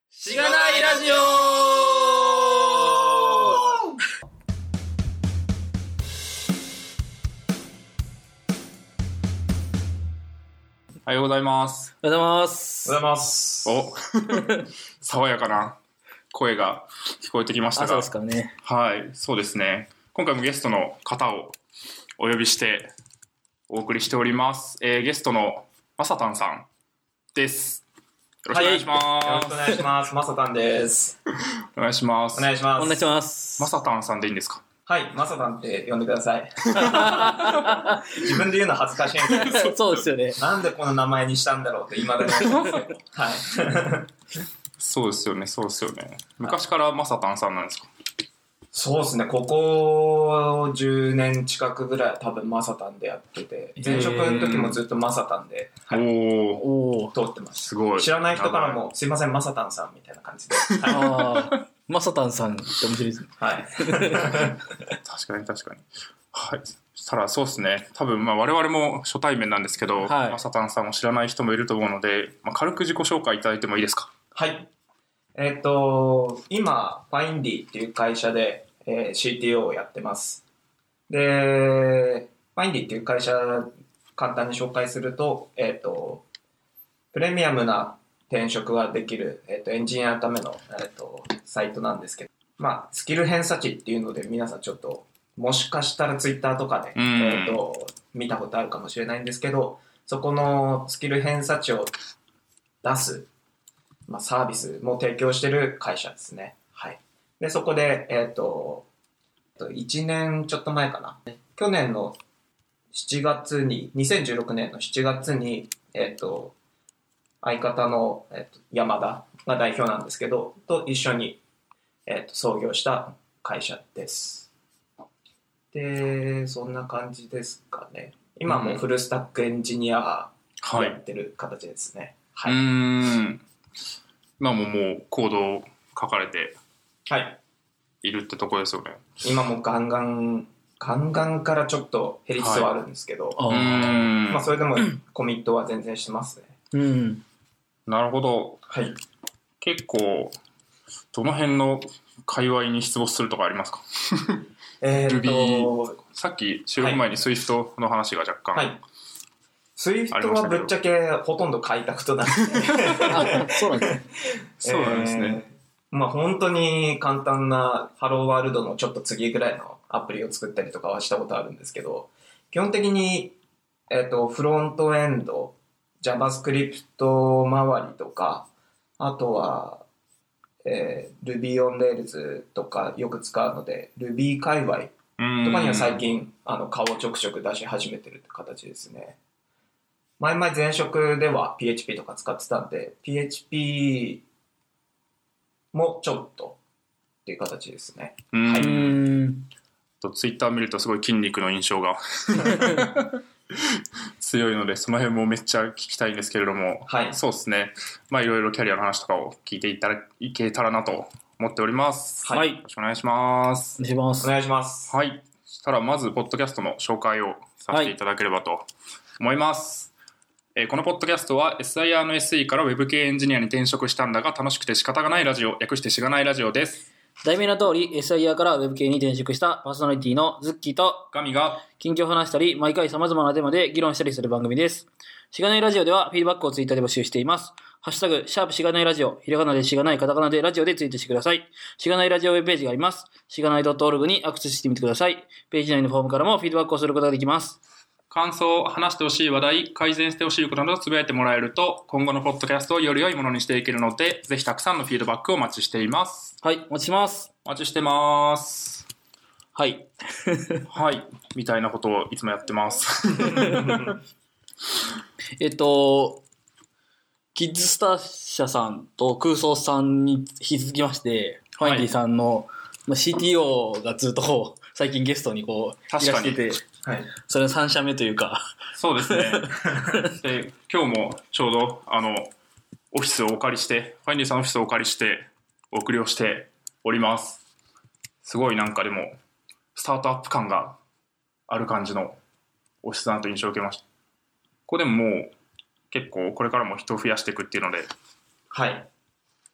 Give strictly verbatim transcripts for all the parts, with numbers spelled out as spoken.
しがないラジオ。おはようございます。 おはようございます。 おはようございます。 お爽やかな声が聞こえてきましたが、 そうですかね。 はい、そうですね。今回もゲストの方をお呼びしてお送りしております。えー、ゲストのまさたんさんです。よろしくお願いします。 はい、よろしくお願いします。まさたんです。 お願いします。 お願いします。 お願いします。 まさたんさんでいいんですか？ はい、まさたんって呼んでください。自分で言うの恥ずかしいんですけど。 そうですよね。 なんでこの名前にしたんだろうって今だに思うんですけど。はい。 そうですよね、そうですよね。昔からまさたんさんなんですか？ そうですね、ここじゅうねん近くぐらい多分まさたんでやってて、前職の時もずっとまさたんで、 はい、 おお通ってます。 すごい。 知らない人からも、すいません、まさたんさんみたいな感じで。はい、 ああ、まさたんさんって面白いですね。 はい。 確かに確かに。はい。そしたらそうですね。多分まあ我々も初対面なんですけど、はい、まさたんさんを知らない人もいると思うので、まあ、軽く自己紹介いただいてもいいですか？ はい。えっと、今、ファインディっていう会社で、えー、シーティーオー をやってます。で、ファインディっていう会社、簡単に紹介すると、えっと、プレミアムな転職ができる、えっと、エンジニアのための、えっと、サイトなんですけど、まあ、スキル偏差値っていうので、皆さんちょっと、もしかしたらツイッターとかで、えっと、見たことあるかもしれないんですけど、そこのスキル偏差値を出す、まあ、サービスも提供している会社ですね。はい。で、そこで、えっと、いちねんちょっと前かな。去年のしちがつに、にせんじゅうろくねんのしちがつに、えっと、相方の、えっと、山田が代表なんですけど、と一緒に、えっと、創業した会社です。で、そんな感じですかね。今もフルスタックエンジニアやってる形ですね。 はい。はい、うーん。今ももうコードを書かれているってところですよね。 今もガンガン、ガンガンからちょっと減りつつはあるんですけど、 はい、 まあそれでもコミットは全然してますね。 うん。 なるほど。 はい。 結構、どの辺の界隈に出没するとかありますか？ えっと、 さっき収録前に Swift の話が若干、はいはい、 Swift はぶっちゃけほとんど書いたことなくてそうなんですね。 そうなんですね。 えー、まあ本当に簡単なハローワールドのちょっと次ぐらいのアプリを作ったりとかはしたことあるんですけど、基本的に、えっと、フロントエンド、JavaScript 周りとか、あとは、えー、Ruby on Rails とかよく使うので、Ruby 界隈とかには最近あの顔をちょくちょく出し始めてるって形ですね。前々前職では ピーエイチピー とか使ってたんで、ピーエイチピー もちょっとっていう形ですね。 うん、はい。とツイッター見るとすごい筋肉の印象が強いので、その辺もめっちゃ聞きたいんですけれども、はい、そうですね。まあいろいろキャリアの話とかを聞いていただいけたらなと思っております。 はい。 よろしくお願いします。 お願いします。 お願いします。 はい。そしたらまずポッドキャストの紹介をさせていただければと思います。はい、このポッドキャストは エスアイアール の エスイー から Web 系エンジニアに転職したんだが楽しくて仕方がないラジオ、略してしがないラジオです。 題名の通り エスアイアール から Web 系に転職したパーソナリティのズッキーとガミが近況を話したり毎回様々なテーマで議論したりする番組です。しがないラジオではフィードバックをツイッターで募集しています。ハッシュタグシャープしがないラジオ、ひらがなでしがない、カタカナでラジオでツイートしてください。しがないラジオウェブページがあります。しがない .org にアクセスしてみてください。ページ内のフォームからもフィードバックをすることができます。 感想、話してほしい話題、改善してほしいことなどをつぶやいてもらえると、今後のポッドキャストをより良いものにしていけるので、ぜひたくさんのフィードバックをお待ちしています。 はい、お待ちします。 お待ちしてます。 はい。 はい、みたいなことをいつもやってます。 えっと、キッズスター社さんと空想さんに引き続きまして、ファインディさんの シーティーオー がずっと最近ゲストにこういらしてて、はい、それのさん社目というかそうですね。で今日もちょうどあのオフィスをお借りしてファインディさんのオフィスをお借りしてお送りをしております。すごいなんかでもスタートアップ感がある感じのオフィスだなと印象を受けました。ここでももう結構これからも人を増やしていくっていうので、 はい。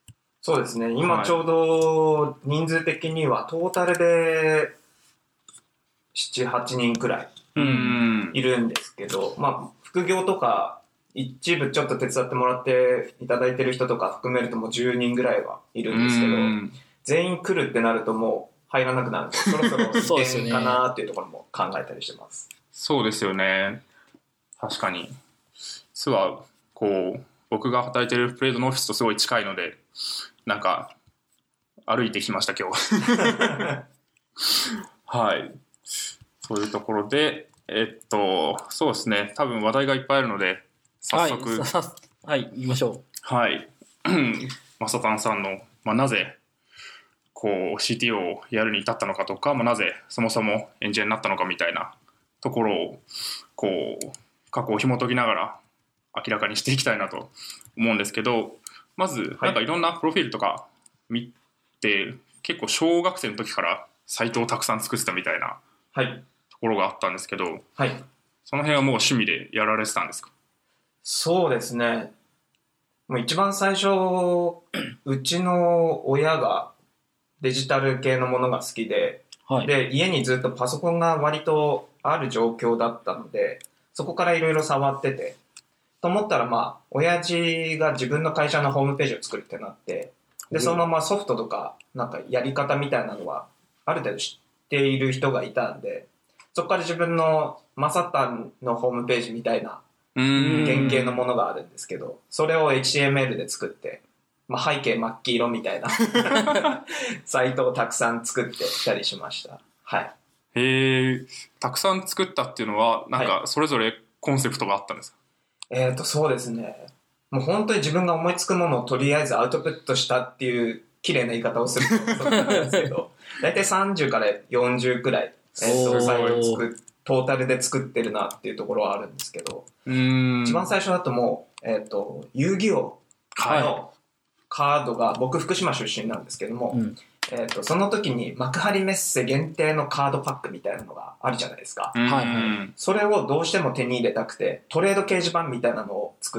そうですね。今ちょうど人数的にはトータルでなな、はちにんくらいいるんですけど、まあ副業とか一部ちょっと手伝ってもらっていただいてる人とか含めるともうじゅうにんぐらいはいるんですけど、全員来るってなるともう入らなくなるので、そろそろ移転かなっていうところも考えたりしてます。 そうですよね。確かに。実はこう僕が働いてるプレードのオフィスとすごい近いので、なんか歩いてきました今日。はい。そういうところで、えっとそうですね。多分話題がいっぱいあるので早速、 はい、はい、言いましょう。 はい。マサタンさんの、まあ、なぜこう シーティーオー をやるに至ったのかとか、まあ、なぜそもそもエンジニアになったのかみたいなところをこう過去を紐解きながら明らかにしていきたいなと思うんですけど、まずなんかいろんなプロフィールとか見て、結構小学生の時からサイトをたくさん作ってたみたいなところがあったんですけど、 はい、 その辺はもう趣味でやられてたんですか？ そうですね。もう一番最初うちの親がデジタル系のものが好きで、はい、で家にずっとパソコンが割とある状況だったので、そこからいろいろ触っててと思ったら、まあ親父が自分の会社のホームページを作るってなって、でそのままソフトとかなんかやり方みたいなのはある程度知っている人がいたんで、そこから自分のマサタンのホームページみたいな原型のものがあるんですけど、それを エイチティーエムエル で作って、まあ、背景真っ黄色みたいなサイトをたくさん作ってきたりしました。はい。 へえ、たくさん作ったっていうのはなんかそれぞれコンセプトがあったんですか？ はい、えーとそうですね。もう本当に自分が思いつくものをとりあえずアウトプットしたっていう綺麗な言い方をするとそうなんですけど、だいたいさんじゅうからよんじゅうくらい、えー、とサイトを作ってトータルで作ってるなっていうところはあるんですけど、 うーん、 一番最初だともう、えっと、遊戯王のカードが、僕福島出身なんですけども、うん、えっと、その時に幕張メッセ限定のカードパックみたいなのがあるじゃないですか。はいはい、それをどうしても手に入れたくて、トレード掲示板みたいなのを作って、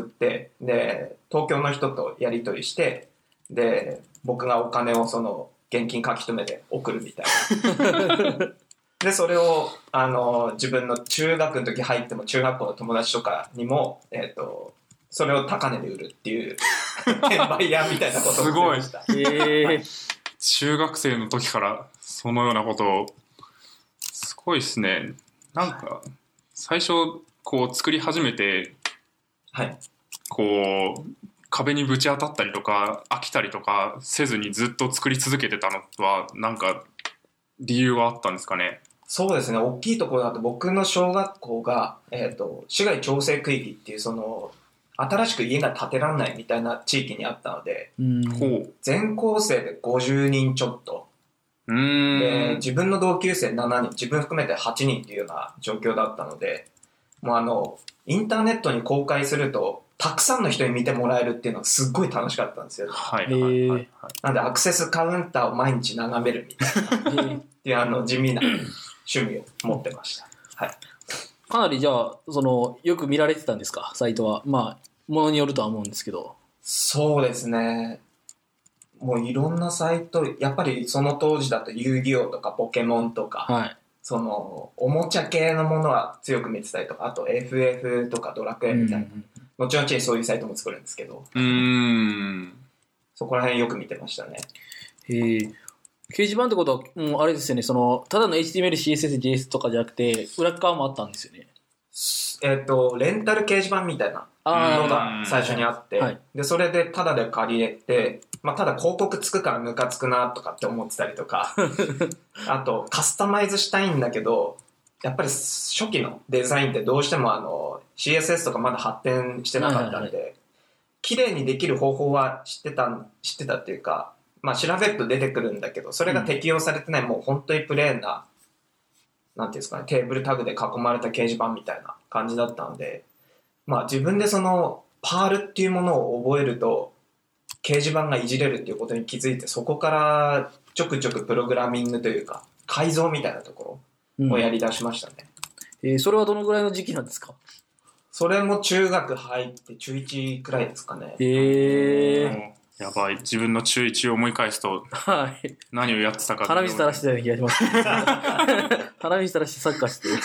で、東京の人とやり取りして、で、僕がお金をその現金書き留めて送るみたいな。でそれをあの自分の中学の時入っても中学校の友達とかにも、えー、とそれを高値で売るっていう転売屋みたいなことをしてました。 すごい、えー、中学生の時からそのようなことを、すごいですね。なんか最初こう作り始めて、はい、こう壁にぶち当たったりとか飽きたりとかせずにずっと作り続けてたのはなんか理由はあったんですかね？ そうですね。大きいところだと僕の小学校が、えーと、市街調整区域っていうその新しく家が建てられないみたいな地域にあったので、うん全校生でごじゅうにんちょっとうーんで自分の同級生しちにん、自分含めてはちにんっていうような状況だったので、もうあのインターネットに公開するとたくさんの人に見てもらえるっていうのがすっごい楽しかったんですよ。はいはいはいはい、なんでアクセスカウンターを毎日眺めるみたいなっていうあの地味な趣味を持ってました。はい。 かなりじゃあそのよく見られてたんですか、サイトは？まあものによるとは思うんですけど。 そうですね。もういろんなサイト、やっぱりその当時だと遊戯王とかポケモンとか、はい、そのおもちゃ系のものは強く見てたりとか、あと エフエフ とかドラクエみたいな、うんうん、後々にそういうサイトも作るんですけど、うーんそこら辺よく見てましたね。 へー。掲示板ってことはもうあれですよね、そのただの エイチティーエムエル、シーエスエス、ジェイエス とかじゃなくて裏側もあったんですよね。 えっとレンタル掲示板みたいなのが最初にあって、はい、でそれでタダで借りれて、まあ、ただ広告つくからムカつくなとかって思ってたりとかあとカスタマイズしたいんだけどやっぱり初期のデザインってどうしてもあの シーエスエス とかまだ発展してなかったんで、はいはいはい、綺麗にできる方法は知ってた知ってたっていうか、まあ、調べると出てくるんだけどそれが適用されてない、うん、もう本当にプレーンななんていうんですかね、テーブルタグで囲まれた掲示板みたいな感じだったので、まあ自分でそのパールっていうものを覚えると掲示板がいじれるっていうことに気づいて、そこからちょくちょくプログラミングというか改造みたいなところをやり出しましたね。 うんえー、それはどのぐらいの時期なんですか？ それも中学入って中いちくらいですかね。 へえー。 やばい。自分の中いちを思い返すと、 はい。 何をやってたか。 鼻水垂らしてたような気がします。鼻水垂らしてサッカーして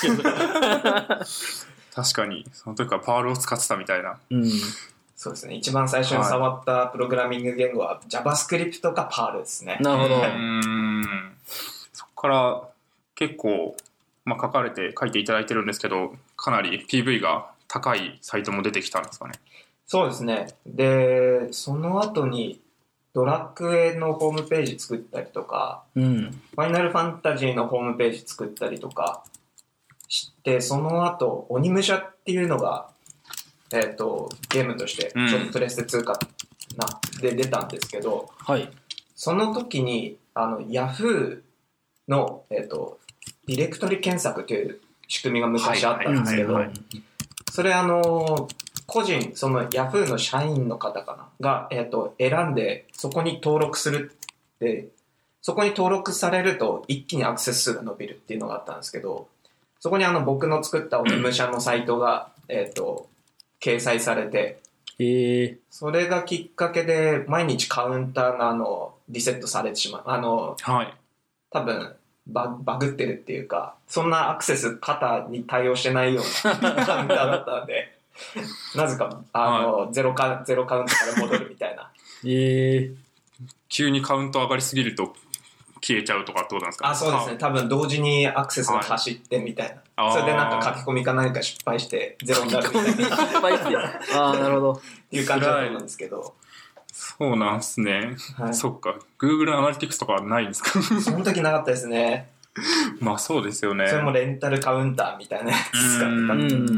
確かに、その時からパールを使ってたみたいな。 うん。 そうですね。一番最初に触ったプログラミング言語は JavaScript か パール ですね。 なるほど。 うーん。そこから結構、まあ、書かれて、書いていただいてるんですけど、かなり ピーブイ が高いサイトも出てきたんですかね。 そうですね。で、その後にドラクエのホームページ作ったりとか、 うん。 ファイナルファンタジーのホームページ作ったりとかして、その後、鬼武者っていうのが、えっと、ゲームとして、ちょっとプレステツーかな、で出たんですけど、 はい。 その時に、あの、Yahoo の、えっと、ディレクトリ検索という仕組みが昔あったんですけど、それあの、個人、その Yahoo の社員の方かなが、えっと、選んで、そこに登録するって、そこに登録されると一気にアクセス数が伸びるっていうのがあったんですけど、そこにあの僕の作った鬼武者のサイトが、えっと、掲載されて、 えー、 それがきっかけで毎日カウンターがあのリセットされてしまう。あの、 はい。 多分バ、バグってるっていうか、そんなアクセス型に対応してないようなカウンターだったので、なぜか、あの、はい、ゼロカ、ゼロカウントから戻るみたいな。 えー、 急にカウント上がりすぎると消えちゃうとかってことなんですか？ あ、そうですね。多分同時にアクセスが走ってみたいな。はい、それでなんか書き込みか何か失敗してゼロになるみたいな。 失敗して。ああ、なるほど。 っていう感じだと思うんですけど。 そうなんすね。 はい、 そっか。Google アナリティクスとかはないんですか？ その時なかったですね。 まあそうですよね。 それもレンタルカウンターみたいなやつ使ってた。 うん、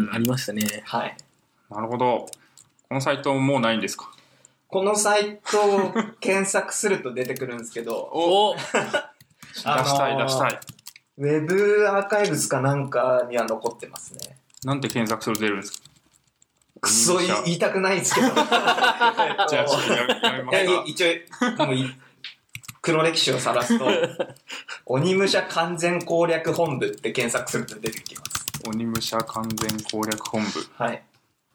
ありましたね。 はい。 なるほど。このサイトもうないんですか？ このサイトを検索すると出てくるんですけど、 お出したい出したい。 ウェブアーカイブスかなんかには残ってますね。 なんて検索すると出るんですか？ くそ言いたくないですけど。じゃあちょっとやめますか。 一応、もう黒歴史を晒すと、鬼武者完全攻略本部って検索すると出てきます。 鬼武者完全攻略本部。 はい。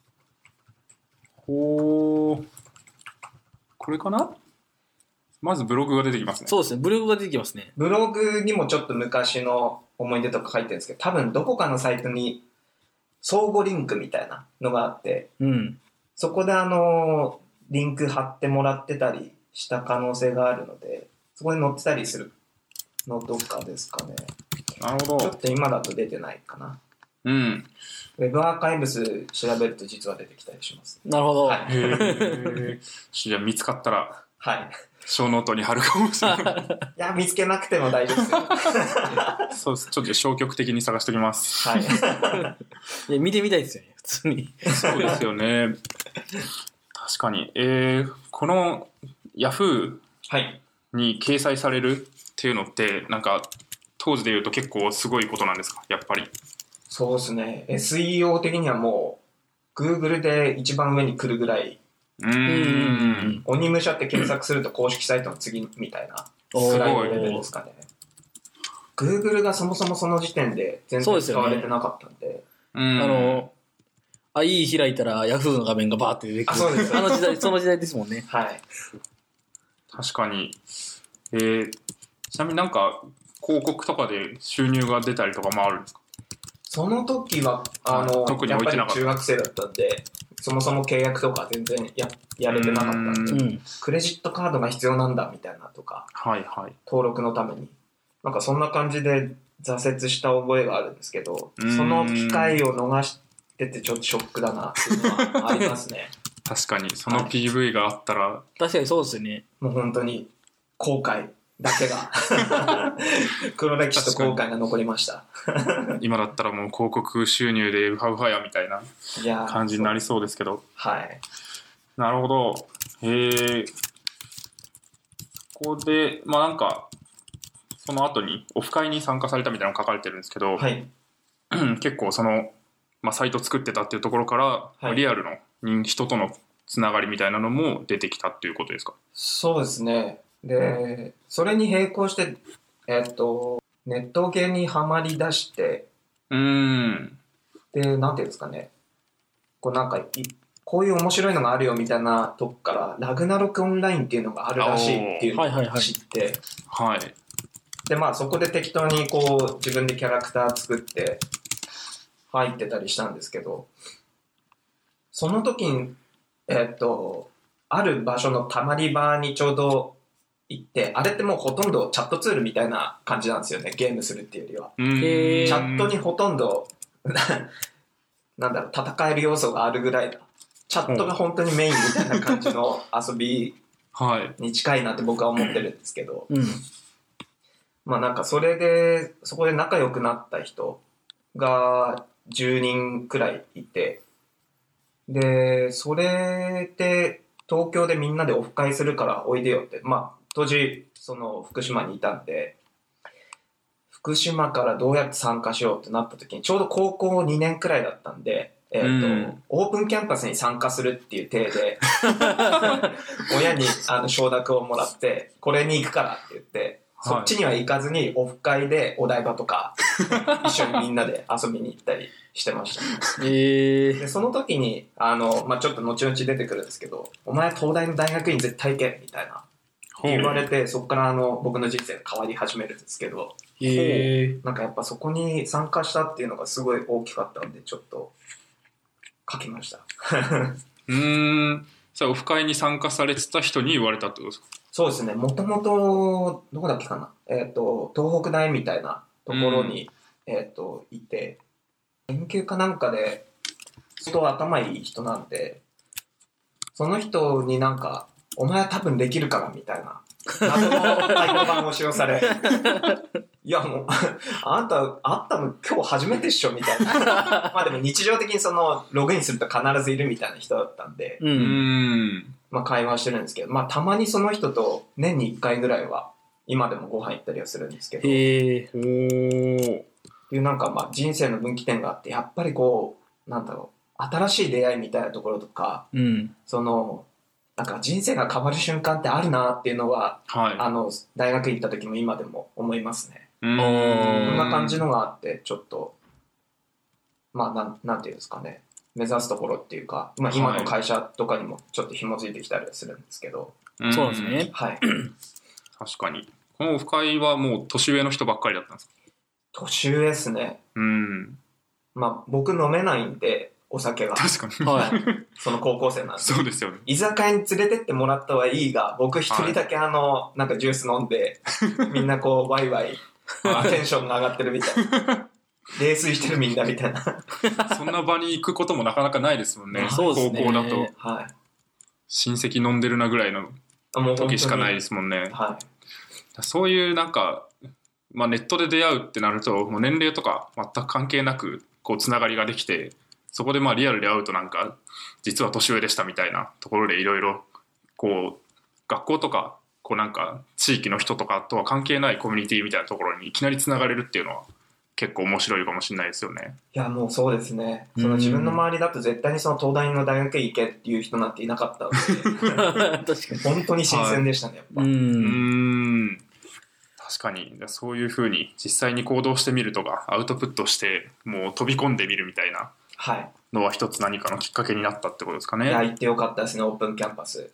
ほー。これかな？まずブログが出てきますね。 そうですね。ブログが出てきますね。 ブログにもちょっと昔の思い出とか書いてるんですけど、多分どこかのサイトに相互リンクみたいなのがあって、 うん、 そこであの、リンク貼ってもらってたりした可能性があるので、そこに載ってたりするのどっかですかね。 なるほど。 ちょっと今だと出てないかな。 うん。 ウェブアーカイブス調べると実は出てきたりします。 なるほど。 はい、 へじゃあ見つかったら、 はい。 小ノートに貼るかもしれない。 いや、見つけなくても大丈夫ですよ。 そうです。ちょっと消極的に探しておきます。 はい。 いや、見てみたいですよね、普通に。 そうですよね。確かに。えー、この Yahoo に掲載されるっていうのって、なんか、当時で言うと結構すごいことなんですか？やっぱり。 そうですね。エスイーオー 的にはもう、Google で一番上に来るぐらい、 うーん。 鬼武者って検索すると公式サイトの次みたいなぐらいのレベルですかね。Google がそもそもその時点で全然使われてなかったんで。 で、ね、うん。 あの、アイイー 開いたら Yahoo の画面がバーって出てくる。 あ、そうです。 あの時代、その時代ですもんね。 はい。 確かに。えー、ちなみになんか広告とかで収入が出たりとかもあるんですか？ その時は、あの、 特に置いてなかった。 やっぱり中学生だったんで、そもそも契約とか全然 や, やれてなかったんで、 うん、 クレジットカードが必要なんだみたいなとか、 はいはい、 登録のために。なんかそんな感じで挫折した覚えがあるんですけど、その機会を逃しててちょっとショックだなっていうのはありますね。 確かに、その ピーブイ があったら、はい。 確かにそうですよね。 もう本当に後悔だけが、黒歴史と後悔が残りました。 今だったらもう広告収入でウハウハやみたいな感じになりそうですけど。 はい。 なるほど。へえ。ここで、まあなんか、その後にオフ会に参加されたみたいなのが書かれてるんですけど、 はい、 結構その、まあ、サイト作ってたっていうところから、はい、リアルの人とのつながりみたいなのも出てきたっていうことですか？ そうですね。で、それに並行して、えっと、ネット系にはまり出して、 うーん。 で、なんていうんですかね。こうなんか、 こういう面白いのがあるよみたいなとこからラグナロクオンラインっていうのがあるらしいっていうのを知ってはいでまあそこで適当にこう自分でキャラクター作って入ってたりしたんですけどその時にえっとある場所のたまり場にちょうど行ってあれってもうほとんどチャットツールみたいな感じなんですよねゲームするっていうよりはうーんチャットにほとんどなんだろう戦える要素があるぐらいだチャットが本当にメインみたいな感じの遊びに近いなって僕は思ってるんですけど、 うん、 まあなんかそれでそこで仲良くなった人がじゅうにんくらいいてでそれで東京でみんなでオフ会するからおいでよってまあ当時その福島にいたんで福島からどうやって参加しようってなった時にちょうど高校にねんくらいだったんでえーとうん、オープンキャンパスに参加するっていう体で親にあの承諾をもらってこれに行くからって言って、はい、そっちには行かずにオフ会でお台場とか一緒にみんなで遊びに行ったりしてました、 えー、 でその時にあの、まあ、ちょっと後々出てくるんですけどお前東大の大学院絶対行けみたいな言われてそこからあの僕の人生が変わり始めるんですけど、 えー、 なんかやっぱそこに参加したっていうのがすごい大きかったんでちょっと書きましたうーんじゃあオフ会に参加されてた人に言われたってことですか？ そうですねもともとどこだっけかな、えー、と東北大みたいなところに、えー、といて研究かなんかで相当頭いい人なんでその人になんかお前は多分できるからみたいな謎の太鼓判を使用されいやもうあんたあったの今日初めてっしょみたいなまあでも日常的にそのログインすると必ずいるみたいな人だったんで、 うん、 まあ会話してるんですけどまあたまにその人と年にいっかいぐらいは今でもご飯行ったりはするんですけどへーおーっていうなんかまあ人生の分岐点があってやっぱりこうなんだろう新しい出会いみたいなところとか、 うん、 そのなんか人生が変わる瞬間ってあるなっていうのは、はい、あの大学行った時も今でも思いますね。 うんこんな感じのがあってちょっとまあなん、なんていうんですかね目指すところっていうか、まあ、今の会社とかにもちょっと紐づいてきたりはするんですけど、 はい、そうですね、 はい、 確かにこのオフ会はもう年上の人ばっかりだったんですか？ 年上ですね。 うんまあ僕飲めないんでお酒が確かに、 はい、その高校生なんでそうですよね居酒屋に連れてってもらったはいいが僕一人だけあの、はい、なんかジュース飲んでみんなこうワイワイテンションが上がってるみたいな泥酔してるみんなみたいなそんな場に行くこともなかなかないですもんね、 そうですね高校だと、 はい、 親戚飲んでるなぐらいの時しかないですもんね、 はい、 そういうなんか、まあ、ネットで出会うってなるともう年齢とか全く関係なくこうつながりができてそこでまあリアルで会うとなんか実は年上でしたみたいなところでいろいろこう学校とかこうなんか地域の人とかとは関係ないコミュニティみたいなところにいきなりつながれるっていうのは結構面白いかもしれないですよね。 いやもうそうですね。その自分の周りだと絶対にその東大の大学へ行けっていう人なんていなかったので確かに本当に新鮮でしたね、はい、やっぱ。 うんうん確かにそういう風に実際に行動してみるとかアウトプットしてもう飛び込んでみるみたいなのは一つ何かのきっかけになったってことですかね。 いや行ってよかったですねオープンキャンパス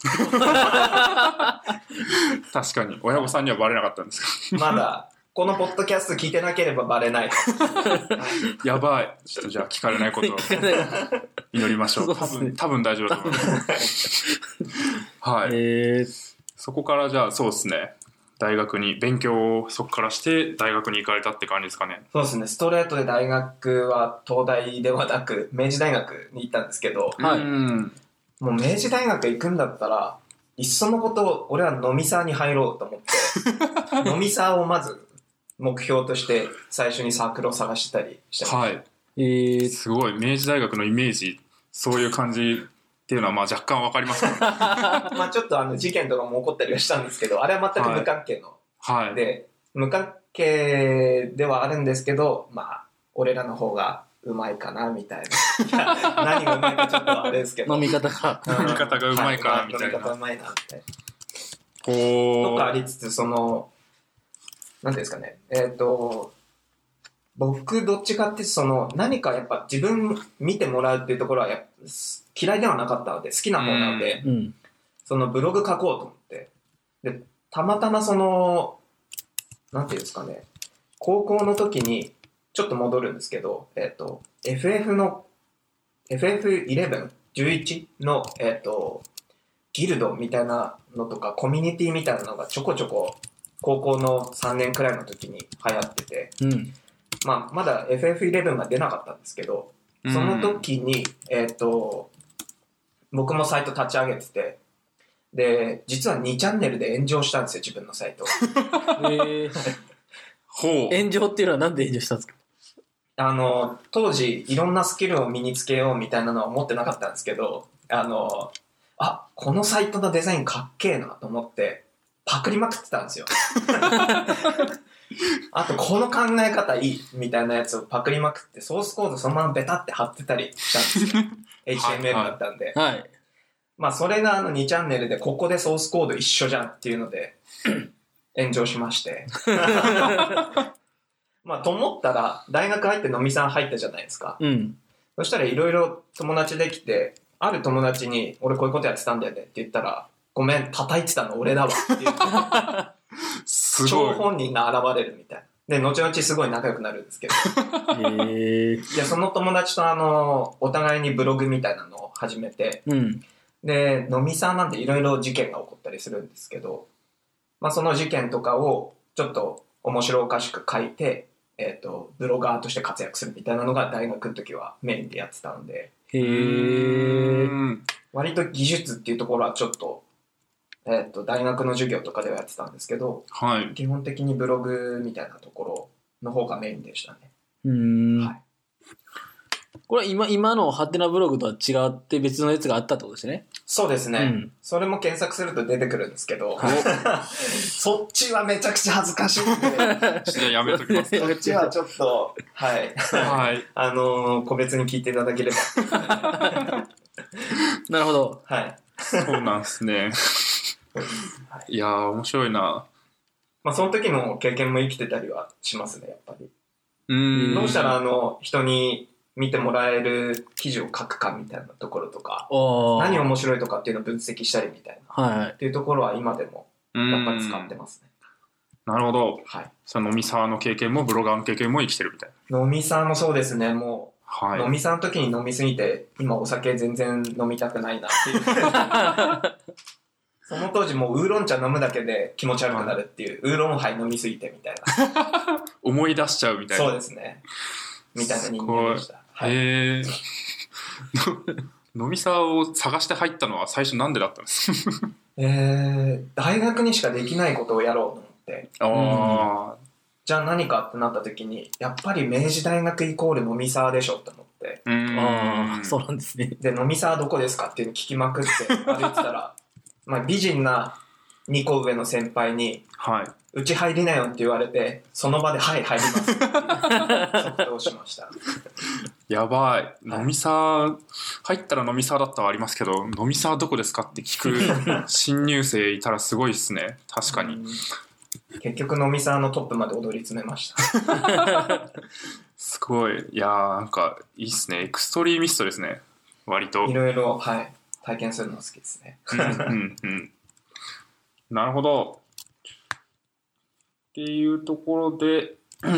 確かに親御さんにはバレなかったんですか？ まだこのポッドキャスト聞いてなければバレないやばいちょっとじゃあ聞かれないことを祈りましょう。多分多分大丈夫だと思いますはい、 えー、 そこからじゃあそうですね大学に勉強をそこからして大学に行かれたって感じですかね。 そうですねストレートで大学は東大ではなく明治大学に行ったんですけど、 はい、うんもう明治大学行くんだったらいっそのこと俺は飲みサーに入ろうと思って飲みサーをまず目標として最初にサークルを探したりしてます、 はいえー、すごい明治大学のイメージそういう感じっていうのはまあ若干わかりますかまあちょっとあの事件とかも起こったりはしたんですけどあれは全く無関係の、 はい、 で無関係ではあるんですけどまあ俺らの方がうまいかなみたいな何がうまいかちょっとあれですけど飲み方が飲み方がうまいかなみたいな、 飲み方うまいなってこうとかありつつそのなんていうんですかねえっ、ー、と僕どっちかってその何かやっぱ自分見てもらうっていうところはや嫌いではなかったので、好きな方なので、 うん、 そのブログ書こうと思って。で、たまたまその、なんていうんですかね、高校の時に、ちょっと戻るんですけど、えっと、エフエフ の、エフエフじゅういち、じゅういちの、えっと、ギルドみたいなのとか、コミュニティみたいなのがちょこちょこ、高校のさんねんくらいの時に流行ってて、 うん、 まあ、まだ エフエフじゅういち が出なかったんですけど、その時に、えっと、僕もサイト立ち上げてて、で、実はにチャンネルで炎上したんですよ、自分のサイト。 えー、 ほう。 炎上っていうのはなんで炎上したんですか？ あの、当時、いろんなスキルを身につけようみたいなのは思ってなかったんですけど、あの、あ、このサイトのデザインかっけえなと思って、パクりまくってたんですよ。あと、この考え方いいみたいなやつをパクりまくって、ソースコードそのままベタって貼ってたりしたんですよ。エイチティーエムエル だったんで。 はい。 まあ、それがあのにチャンネルで、ここでソースコード一緒じゃんっていうので、炎上しまして。まあ、と思ったら、大学入って飲みさん入ったじゃないですか。 うん。 そしたらいろいろ友達できて、ある友達に、俺こういうことやってたんだよねって言ったら、ごめん、叩いてたの俺だわって言って、 す張ごい。 本人が現れるみたいな。で、後々すごい仲良くなるんですけど。 へえ。 で、その友達とあの、お互いにブログみたいなのを始めて、 うん。 で、飲みさんなんていろいろ事件が起こったりするんですけど、まあその事件とかをちょっと面白おかしく書いて、えっと、ブロガーとして活躍するみたいなのが大学の時はメインでやってたんで、 へえ。 割と技術っていうところはちょっと、えっと、大学の授業とかではやってたんですけど、 はい。 基本的にブログみたいなところの方がメインでしたね。 うーん。 はい。 これは今、今のハテナブログとは違って別のやつがあったってことですね。 そうですね、 うん。 それも検索すると出てくるんですけど、 はいそっちはめちゃくちゃ恥ずかしいんで、 じゃあやめときます。 そっちはちょっと、はい。 はい。 あのー個別に聞いていただければ。 なるほど。 はい。 そうなんですね。いやー、面白いな。 まあ、その時の経験も生きてたりはしますね、やっぱり。 うーん。 どうしたら、あの、人に見てもらえる記事を書くかみたいなところとか、何面白いとかっていうのを分析したりみたいな、 はい。 っていうところは今でも、やっぱり使ってますね。 なるほど。 はい。 その飲み沢の経験もブロガーの経験も生きてるみたいな。 飲みさんもそうですね、もう、 はい。 飲みさんの時に飲みすぎて、今お酒全然飲みたくないなっていう。その当時もうウーロン茶飲むだけで気持ち悪くなるっていう、ウーロンハイ飲みすぎてみたいな。 思い出しちゃうみたいな。 そうですね。みたいな人間でした。はい、 へー。飲み沢を探して入ったのは最初なんでだったんですか？ えー、大学にしかできないことをやろうと思って。 ああ。 じゃあ何かってなった時に、やっぱり明治大学イコール飲み沢でしょと思って。 うーん。 ああ、そうなんですね。 で、飲み沢どこですかっていうの聞きまくって歩いてたら、まあ美人なにこ上の先輩に、 はい。 うち入りなよって言われて、その場ではい入りますって即答しました。 やばい。飲み沢、入ったら飲み沢だったはありますけど、飲み沢どこですかって聞く新入生いたらすごいですね。確かに。 結局飲み沢のトップまで踊り詰めました。 すごい。いやー、なんかいいっすね。エクストリーミストですね。割と。 いろいろ、はい、体験するの好きですね。 うんうんうん。なるほど。っていうところで、うん、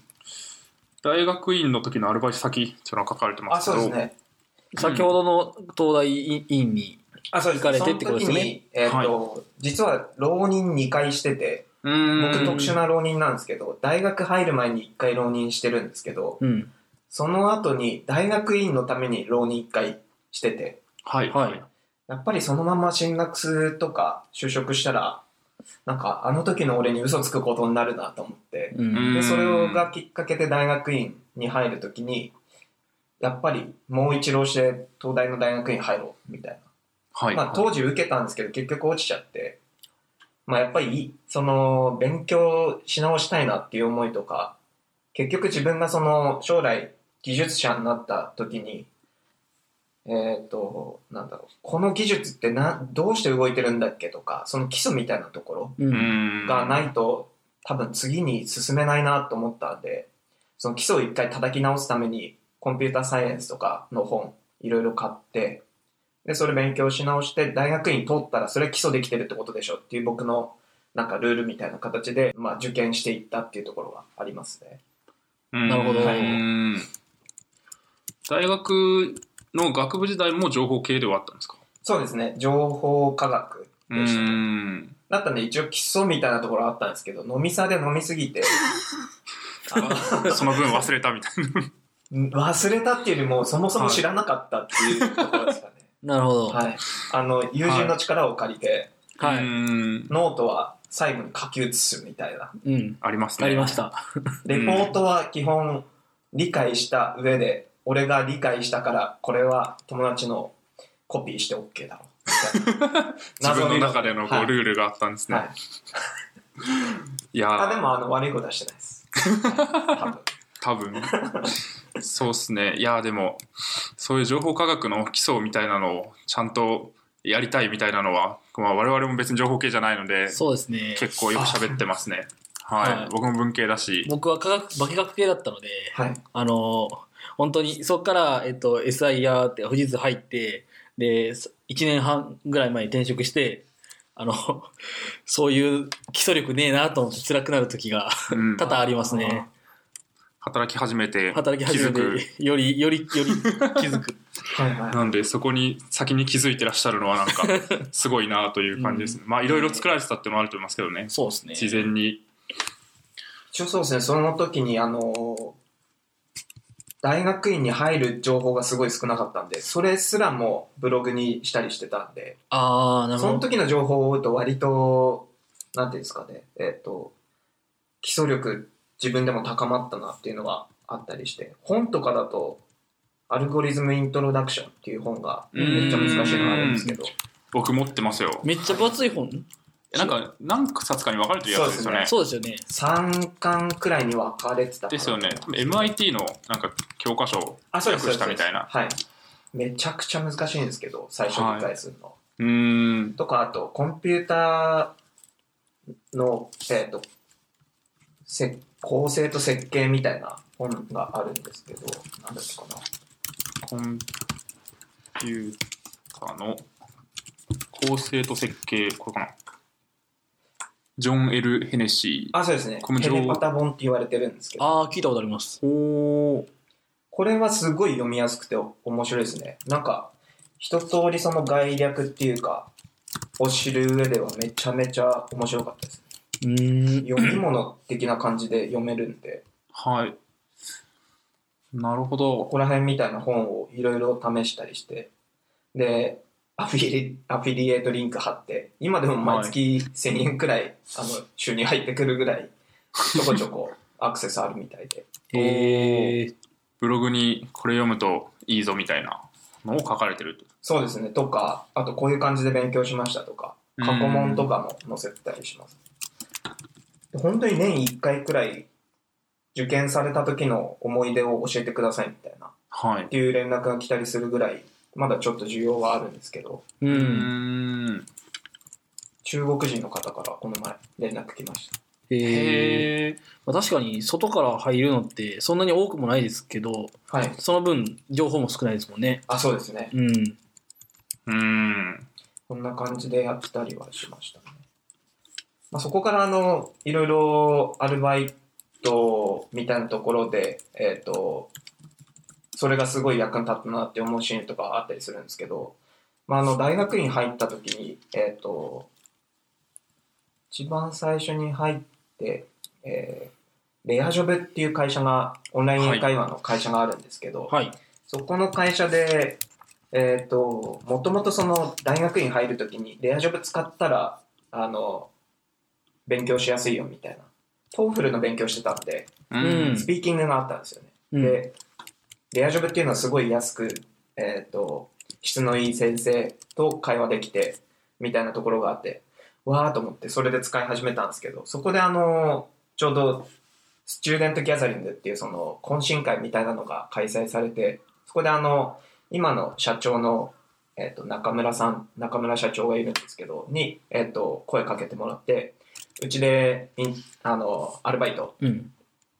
大学院の時のアルバイト先っていうのが書かれてますけど。 あ、そうですね。 先ほどの東大院に行かれてってことですね。 その時に、えーとはい、実は浪人にかいしてて、 うん僕特殊な浪人なんですけど、大学入る前にいっかい浪人してるんですけど、 うん、その後に大学院のために浪人いっかいしてて、 はいはい、 やっぱりそのまま進学とか就職したら、なんかあの時の俺に嘘つくことになるなと思って、うん、でそれがきっかけで大学院に入る時にやっぱりもう一浪して東大の大学院入ろうみたいな、はいまあ、当時受けたんですけど結局落ちちゃって、まあ、やっぱりその勉強し直したいなっていう思いとか、結局自分がその将来技術者になった時にえっと、なんだろう、この技術ってなどうして動いてるんだっけとか、その基礎みたいなところがないと多分次に進めないなと思ったんで、その基礎を一回叩き直すためにコンピューターサイエンスとかの本いろいろ買って、で、それ勉強し直して、大学院通ったらそれ基礎できてるってことでしょっていう僕のなんかルールみたいな形で、まあ受験していったっていうところがありますね。 なるほど。 はい、大学の学部時代も情報系ではあったんですか？ そうですね。情報科学でしたね。 うんだったんで一応基礎みたいなところあったんですけど、飲み差で飲みすぎて、 その分忘れたみたいな。忘れたっていうよりも、そもそも知らなかったっていうところですかね。 なるほど。 はい。あの、友人の力を借りて、 はい。 ノートは最後に書き写すみたいな。 うん。 ありますね。 ありました。 レポートは基本理解した上で、俺が理解したから、これは友達のコピーして OK だろう。 自分の中でのこう、 はい、 ルールがあったんですね。はい、いやあでもあの悪いことはしてないです。 多分。多分。そうっすね。いやでもそういう情報科学の基礎みたいなのをちゃんとやりたいみたいなのは、まあ、我々も別に情報系じゃないので、 そうですね。 結構よく喋ってますね。はい、はい。僕も文系だし。 僕は科学化学系だったので、 はい、 あの本当にそこからえっと エスアイ やって富士通入って。でいちねんはんぐらい前に転職してあのそういう基礎力ねえなと思って辛くなる時が、うん、多々ありますね。 働き始めて働き始めてよりよりより気づくはい、はい、 なんでそこに先に気づいてらっしゃるのはなんかすごいなという感じですね、うん、まあいろいろ作られてたっていうのもあると思いますけどね。 そうですね。 自然に一応そうですね。その時にあの大学院に入る情報がすごい少なかったんで、それすらもブログにしたりしてたんで、 あー、なるほど。 その時の情報を追うと割と、なんていうんですかね、えっと、基礎力自分でも高まったなっていうのがあったりして、本とかだと、アルゴリズムイントロダクションっていう本がめっちゃ難しいのがあるんですけど。 僕持ってますよ。 めっちゃ分厚い本？ なんか何冊かに分かれてるやつですよね。 そうですよね。 さんかんくらいに分かれてたですよね。エムアイティー のなんか教科書を訳したみたいな。 はい。めちゃくちゃ難しいんですけど、最初理解するの。はい、 うーん。 とか、あと、コンピューターの、えっと、構成と設計みたいな本があるんですけど、なんだっけかな。 コンピューターの構成と設計、これかな。ジョン・エル・ヘネシー。 あ、そうですね。ヘネパタ本って言われてるんですけど。 ああ、聞いたことあります。 おこれはすごい読みやすくて面白いですね。なんか、一通りその概略っていうか、を知る上ではめちゃめちゃ面白かったです。 うーん。 読み物的な感じで読めるんで。 はい。なるほど。 ここら辺みたいな本をいろいろ試したりして。で、アフィリ、アフィリエイトリンク貼って、今でも毎月せんえんくらい、はい、あの収入入ってくるぐらい、ちょこちょこアクセスあるみたいで。 へー。 ブログにこれ読むといいぞみたいなのを書かれてると。 そうですね。とか、あとこういう感じで勉強しましたとか、過去問とかも載せてたりします。本当に年いっかいくらい受験された時の思い出を教えてくださいみたいな、 はい、 っていう連絡が来たりするぐらい、まだちょっと需要はあるんですけど、 うーん。 中国人の方からこの前連絡来ました。 へー。まあ、確かに外から入るのってそんなに多くもないですけど、 はい、 その分情報も少ないですもんね。 あ、そうですね。 うん。 うーん。 こんな感じでやったりはしましたね。まあ、そこからあのいろいろアルバイトみたいなところで、えっと、それがすごい役に立ったなって思うシーンとかあったりするんですけど、まあ、あの大学院入った時に、えっと、一番最初に入って、えー、レアジョブっていう会社が、オンライン英会話の会社があるんですけど、 はい、 そこの会社で、えっと、もともとその大学院入る時にレアジョブ使ったら、あの、勉強しやすいよみたいな。トーフルの勉強してたんで、 うん、 スピーキングがあったんですよね。うん、で、レアジョブっていうのはすごい安く、えっと、質のいい先生と会話できて、みたいなところがあって、わーと思ってそれで使い始めたんですけど、そこであの、ちょうど、スチューデントギャザリングっていうその懇親会みたいなのが開催されて、そこであの、今の社長の、えっと、中村さん、中村社長がいるんですけど、に、えっと、声かけてもらって、うちで、あの、アルバイト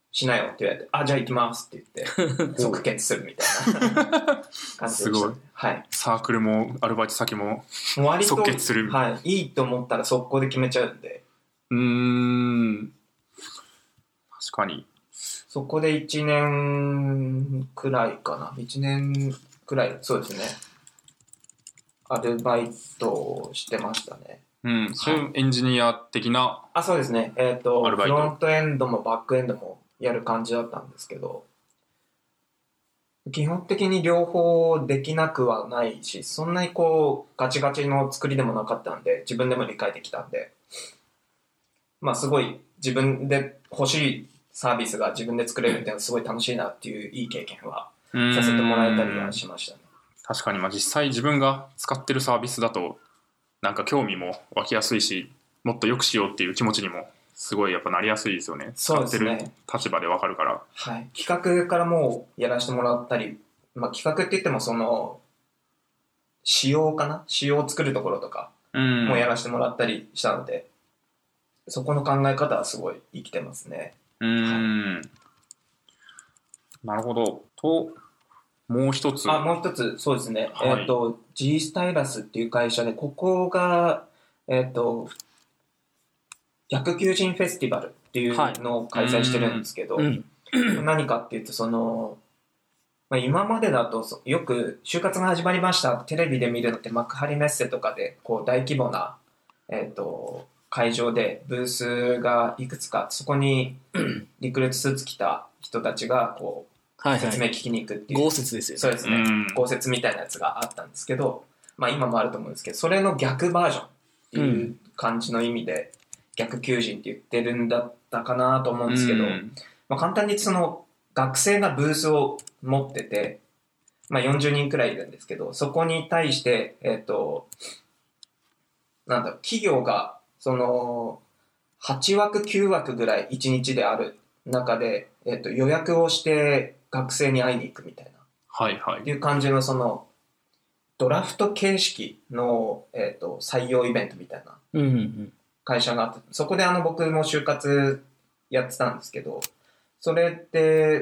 しなよって言われて、あ、じゃあ行きますって言って、即決するみたいな感じでした。 すごい。 はい。 サークルもアルバイト先も割と即決する。 はい。いいと思ったら速攻で決めちゃうんで。 うーん。確かに。 そこでいちねんくらいかな。いちねんくらい、そうですね。アルバイトをしてましたね。 うん。そういうエンジニア的な。 あ、そうですね。えっと、 アルバイトフロントエンドもバックエンドもやる感じだったんですけど、基本的に両方できなくはないし、そんなにこう、ガチガチの作りでもなかったんで、自分でも理解できたんで、まあすごい自分で欲しいサービスが自分で作れるっていうのはすごい楽しいなっていういい経験はさせてもらえたりはしましたね。 確かに、まあ実際自分が使ってるサービスだと、なんか興味も湧きやすいし、もっと良くしようっていう気持ちにもすごいやっぱなりやすいですよね。 そうですね。 使ってる立場でわかるから。 はい。企画からもうやらせてもらったり、まあ企画って言ってもその、仕様かな仕様を作るところとかもやらせてもらったりしたので、うん、そこの考え方はすごい生きてますね。 うーん、はい。なるほど。と、もう一つ。 あ、もう一つ、そうですね。 はい、 えっ、ー、と、G スタイラスっていう会社で、ここが、えっ、ー、と、逆求人フェスティバルっていうのを開催してるんですけど、はい、何かっていうと、その、まあ、今までだと、よく就活が始まりました、テレビで見るのって幕張メッセとかで、こう大規模な、えっ、ー、と、会場でブースがいくつか、そこにリクルートスーツ着た人たちが、こう、はいはい、説明聞きに行くっていう。 豪雪ですよね。 そうですね。豪雪みたいなやつがあったんですけど、まあ今もあると思うんですけど、それの逆バージョンっていう感じの意味で、逆求人って言ってるんだったかなと思うんですけど、まあ簡単にその学生がブースを持ってて、まあよんじゅうにんくらいいるんですけど、そこに対して、えっと、なんだろう、企業がそのはちわくきゅうわくぐらいいちにちである中で、えっと予約をして学生に会いに行くみたいな。 はいはい。 っていう感じのその、ドラフト形式の、えっと、採用イベントみたいな会社があって、そこであの僕も就活やってたんですけど、それって、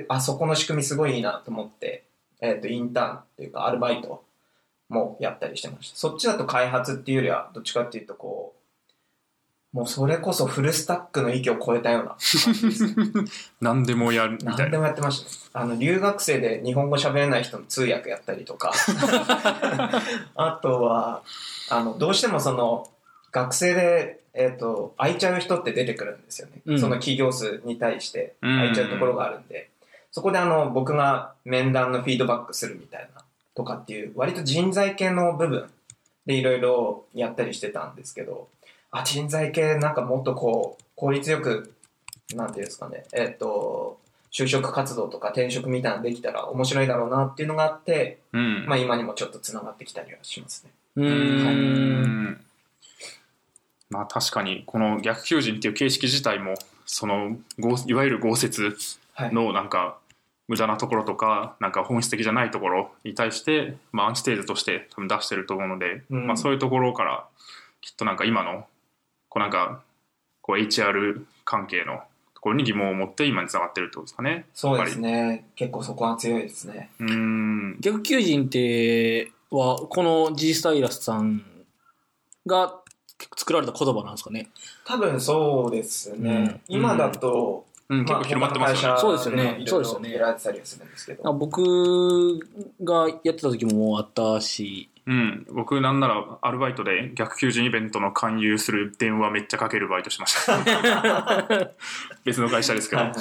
あそこの仕組みすごいいいなと思って、えっと、インターンっていうかアルバイトもやったりしてました。そっちだと開発っていうよりは、どっちかっていうとこう、もうそれこそフルスタックの域を超えたような感じですね。 何でもやるみたいな。 何でもやってましたね。あの、留学生で日本語喋れない人の通訳やったりとか。あとは、あの、どうしてもその、学生で、えっと、空いちゃう人って出てくるんですよね。うん、その企業数に対して空いちゃうところがあるんで、うん、そこであの、僕が面談のフィードバックするみたいなとかっていう、割と人材系の部分でいろいろやったりしてたんですけど、あ、人材系なんかもっとこう、効率よく、なんていうんですかね、えっと、就職活動とか転職みたいなのできたら面白いだろうなっていうのがあって、うん、まあ今にもちょっとつながってきたりはしますね。 うーん、はい、まあ確かにこの逆求人っていう形式自体もそのいわゆる豪雪のなんか無駄なところとかなんか本質的じゃないところに対してまあアンチテーゼとして多分出してると思うので、うん、まあそういうところからきっとなんか今のこうなんかこう エイチアール 関係のところに疑問を持って今につながってるってことですかね。 そうですね。結構そこは強いですね。 うーん。逆求人ってはこの G スタイラスさんが作られた言葉なんですかね。 多分そうですね。うん、今だと、 うんまあ、結構広まってますよね。 そうですよね。そうですよね。 やられてたりはするんですけど。 僕がやってた時もあったし。 うん、僕なんならアルバイトで逆求人イベントの勧誘する電話めっちゃかけるバイトしました別の会社ですけど、はいはい、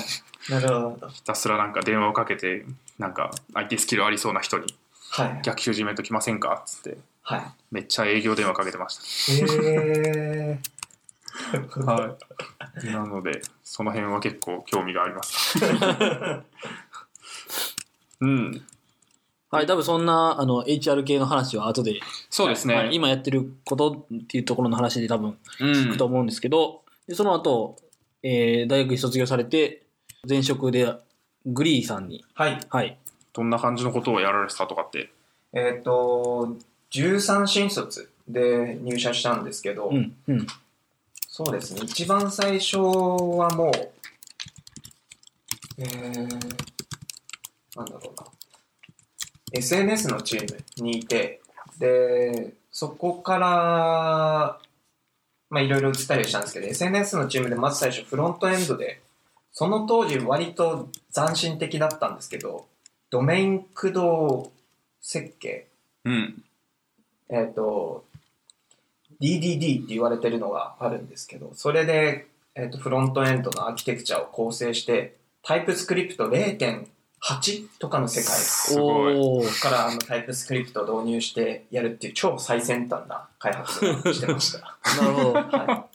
なるほど。 ひたすらなんか電話をかけてなんか アイティー スキルありそうな人に、はい、逆求人イベント来ませんかっつって、はい、めっちゃ営業電話かけてましたへーはい、なのでその辺は結構興味がありますうんはい、多分そんなあの エイチアール 系の話は後で、 そうですね、 はい、今やってることっていうところの話で多分聞くと思うんですけど、うん、でその後、えー、大学に卒業されて前職でグリーさんに、 はいはい、 どんな感じのことをやられてたとかって。 えっとじゅうさん新卒で入社したんですけど、うんうん、そうですね、一番最初はもうえー、なんだろうな。エスエヌエス のチームにいて、で、そこから、まあいろいろ移ったりしたんですけど、エスエヌエス のチームでまず最初フロントエンドで、その当時割と斬新的だったんですけど、ドメイン駆動設計、 うん、 えっと、ディーディーディー って言われてるのがあるんですけど、それで、えっと、フロントエンドのアーキテクチャを構成して、タイプスクリプト ゼロてんはち とかの世界すごいからあのタイプスクリプトを導入してやるっていう超最先端な開発をしてました。 なるほど。 はい、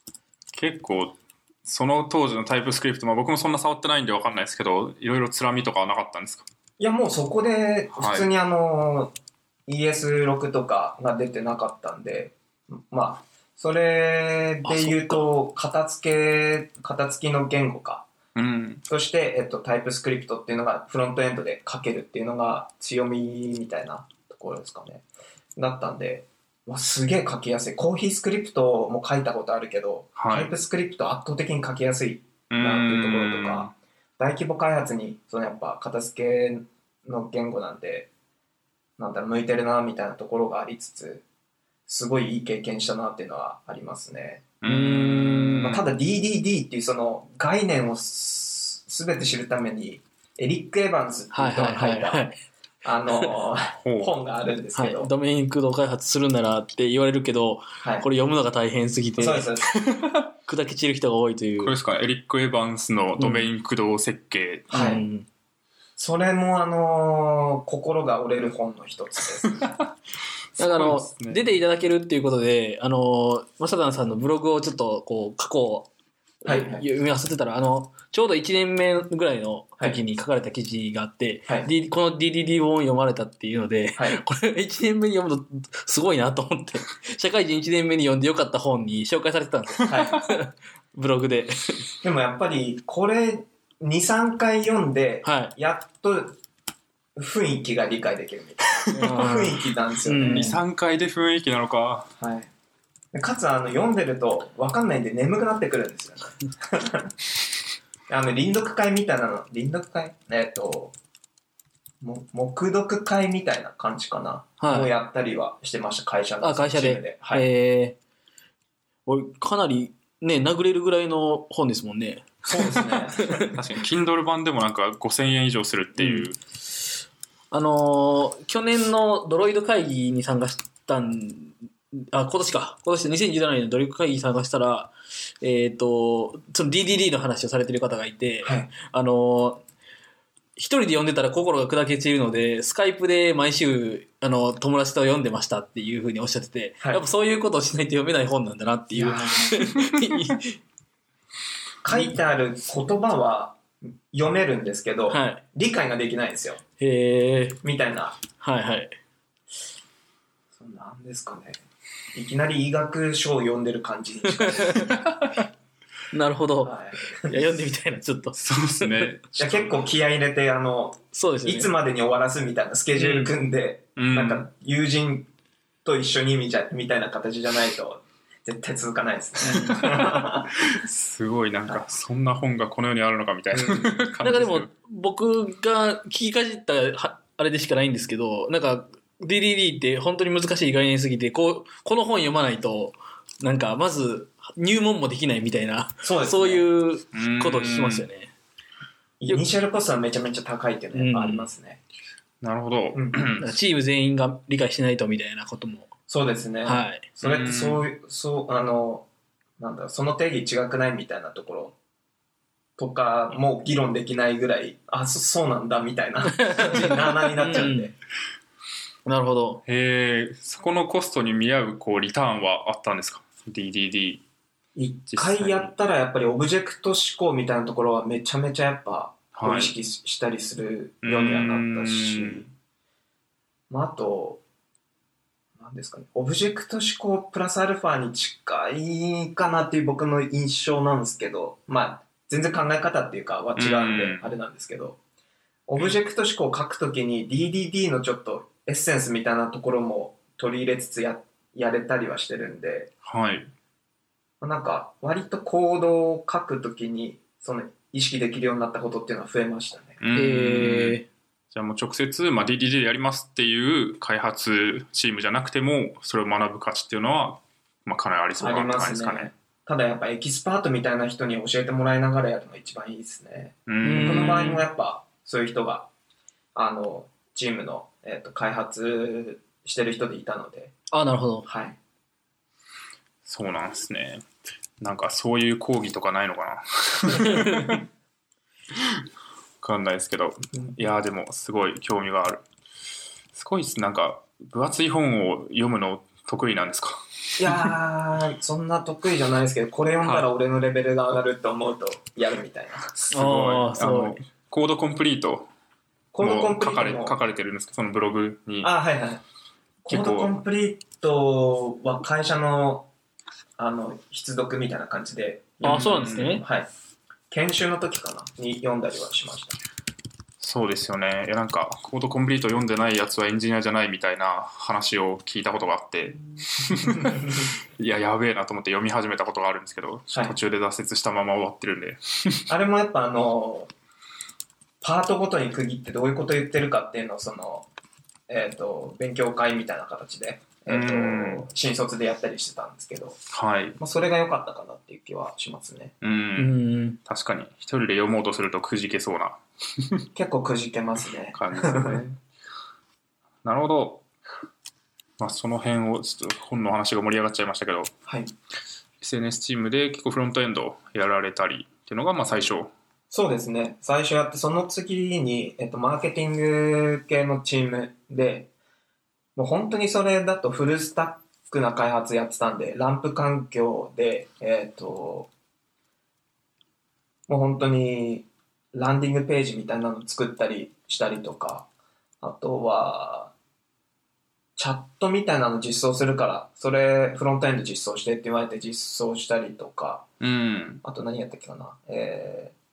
結構、その当時のタイプスクリプト、まあ僕もそんな触ってないんで分かんないですけど、いろいろつらみとかはなかったんですか？ いやもうそこで普通にあの、はい、イーエスろく とかが出てなかったんで、まあそれで言うと片付け片付きの言語化、 うん、 そして、えっと、タイプスクリプトっていうのがフロントエンドで書けるっていうのが強みみたいなところですかね。だったんで、わすげえ書きやすい。コーヒースクリプトも書いたことあるけど、はい、タイプスクリプト圧倒的に書きやすいなっていうところとか、大規模開発にそのやっぱ片付けの言語なんで、なんだろう向いてるなみたいなところがありつつ、すごいいい経験したなっていうのはありますね。 うーん、 まあ、ただ ディーディーディー っていうその概念をす全て知るためにエリック・エヴァンスっていう人が書いたあの本があるんですけど、 はい、ドメイン駆動開発するならって言われるけど、はい、これ読むのが大変すぎてそうですそうです砕け散る人が多いという。 これですか、エリック・エヴァンスのドメイン駆動設計、 うん、はい、うん、それもあのー、心が折れる本の一つですなんかあの、ね、出ていただけるっていうことで、あの、マサダンさんのブログをちょっとこう過去を読み合わせてたら、はいはい、あのちょうどいちねんめぐらいの時に書かれた記事があって、はい、D、この ディーディーディー 本を読まれたっていうので、はい、これいちねんめに読むとすごいなと思って社会人いちねんめに読んでよかった本に紹介されてたんですよ、はい、ブログで。 でもやっぱりこれ に,さん 回読んで、はい、やっと雰囲気が理解できるみたいな雰囲気なんですよね、うん、 に,さん 回で雰囲気なのか、 はい、かつあの読んでると分かんないんで眠くなってくるんですよあの臨読会みたいなの臨読会えっとも黙読会みたいな感じかな、はい、をやったりはしてました会社のあ会社で、 で、はい、 えー、かなりね殴れるぐらいの本ですもんね。 そうですね確かに Kindle 版でもなんかごせんえん以上するっていう、うん、 あのー、去年のドロイド会議に参加したんあ、今年か。今年にせんじゅうななねんのドリック会議に参加したら、えっと、その ディーディーディー の話をされてる方がいて、はい、あの、一人で読んでたら心が砕けているので、スカイプで毎週、あの、友達と読んでましたっていうふうにおっしゃってて、はい、やっぱそういうことをしないと読めない本なんだなっていう。 書いてある言葉は読めるんですけど、はい、理解ができないんですよ。 へー。 みたいな。 はいはい。 なんですかね。いきなり医学書を読んでる感じに近いなるほど、 はい、いや読んでみたいなちょっとそうですねいや結構気合い入れてあのそうです、ね、いつまでに終わらすみたいなスケジュール組んで、うん、なんか友人と一緒にみたいな形じゃないと絶対続かないですねすごいなんかそんな本がこの世にあるのかみたいな、うん、感じですなんかでも僕が聞きかじったあれでしかないんですけど、なんかディーディーディー って本当に難しい概念すぎて、こう、この本読まないと、なんかまず入門もできないみたいな、そうですね、そういうことを聞きますよね。 イニシャルコストはめちゃめちゃ高いっていうのがありますね。 なるほど、うん。 チーム全員が理解しないとみたいなことも。 そうですね。はい。それってそう、そう、あの、なんだろう、その定義違くないみたいなところとかも議論できないぐらい、あ、そ、そうなんだみたいな、なあなあになっちゃうんで。うんなるほど。 へえ、そこのコストに見合うこうリターンはあったんですか ディーディーディー。 一回やったらやっぱりオブジェクト思考みたいなところはめちゃめちゃやっぱ意識したりするようにはなったし、はい、まあ、あと何ですかね、オブジェクト思考プラスアルファに近いかなっていう僕の印象なんですけど、まあ全然考え方っていうかは違うんであれなんですけど、オブジェクト思考を書くときに ディーディーディー のちょっとエッセンスみたいなところも取り入れつつ や, やれたりはしてるんで、 はい、 なんか割とコードを書くときにその意識できるようになったことっていうのは増えましたね。 うん、 へー。 じゃあもう直接、まあ、ディーディーディー でやりますっていう開発チームじゃなくてもそれを学ぶ価値っていうのは、まあ、かなりありそうな感じですかね。 ただやっぱエキスパートみたいな人に教えてもらいながらやるのが一番いいですね。 うん僕の場合もやっぱそういう人があのチームの、えー、と開発してる人でいたので。 あ、なるほど。 はい。 そうなんですね。なんかそういう講義とかないのかなわかんないですけど、いやでもすごい興味がある。すごいです。なんか分厚い本を読むの得意なんですか？ いやーそんな得意じゃないですけど、これ読んだら俺のレベルが上がると思うとやるみたいな。 すごい。あのコードコンプリートコードコンプリートも書かれ、書かれてるんですか、そのブログに。 あ、はいはい。コードコンプリートは会社のあの必読みたいな感じで。 あ、そうなんですね。 はい。研修の時かなに読んだりはしました。 そうですよね。いやなんかコードコンプリート読んでないやつはエンジニアじゃないみたいな話を聞いたことがあっていややべえなと思って読み始めたことがあるんですけど、はい、途中で挫折したまま終わってるんであれもやっぱあのパートごとに区切ってどういうこと言ってるかっていうのをその、えーと、勉強会みたいな形で、えーと、新卒でやったりしてたんですけど、 はい、 まあ、それが良かったかなっていう気はしますね。 うんうん確かに一人で読もうとするとくじけそうな結構くじけますね感じですねなるほど、まあ、その辺をちょっと本の話が盛り上がっちゃいましたけど、 はい、 エスエヌエス チームで結構フロントエンドやられたりっていうのがまあ最初。 そうですね。最初やって、その次に、えっと、マーケティング系のチームで、もう本当にそれだとフルスタックな開発やってたんで、ランプ環境で、えっと、もう本当にランディングページみたいなの作ったりしたりとか、あとは、チャットみたいなの実装するから、それフロントエンド実装してって言われて実装したりとか、 うん、 あと何やったっけかな、えー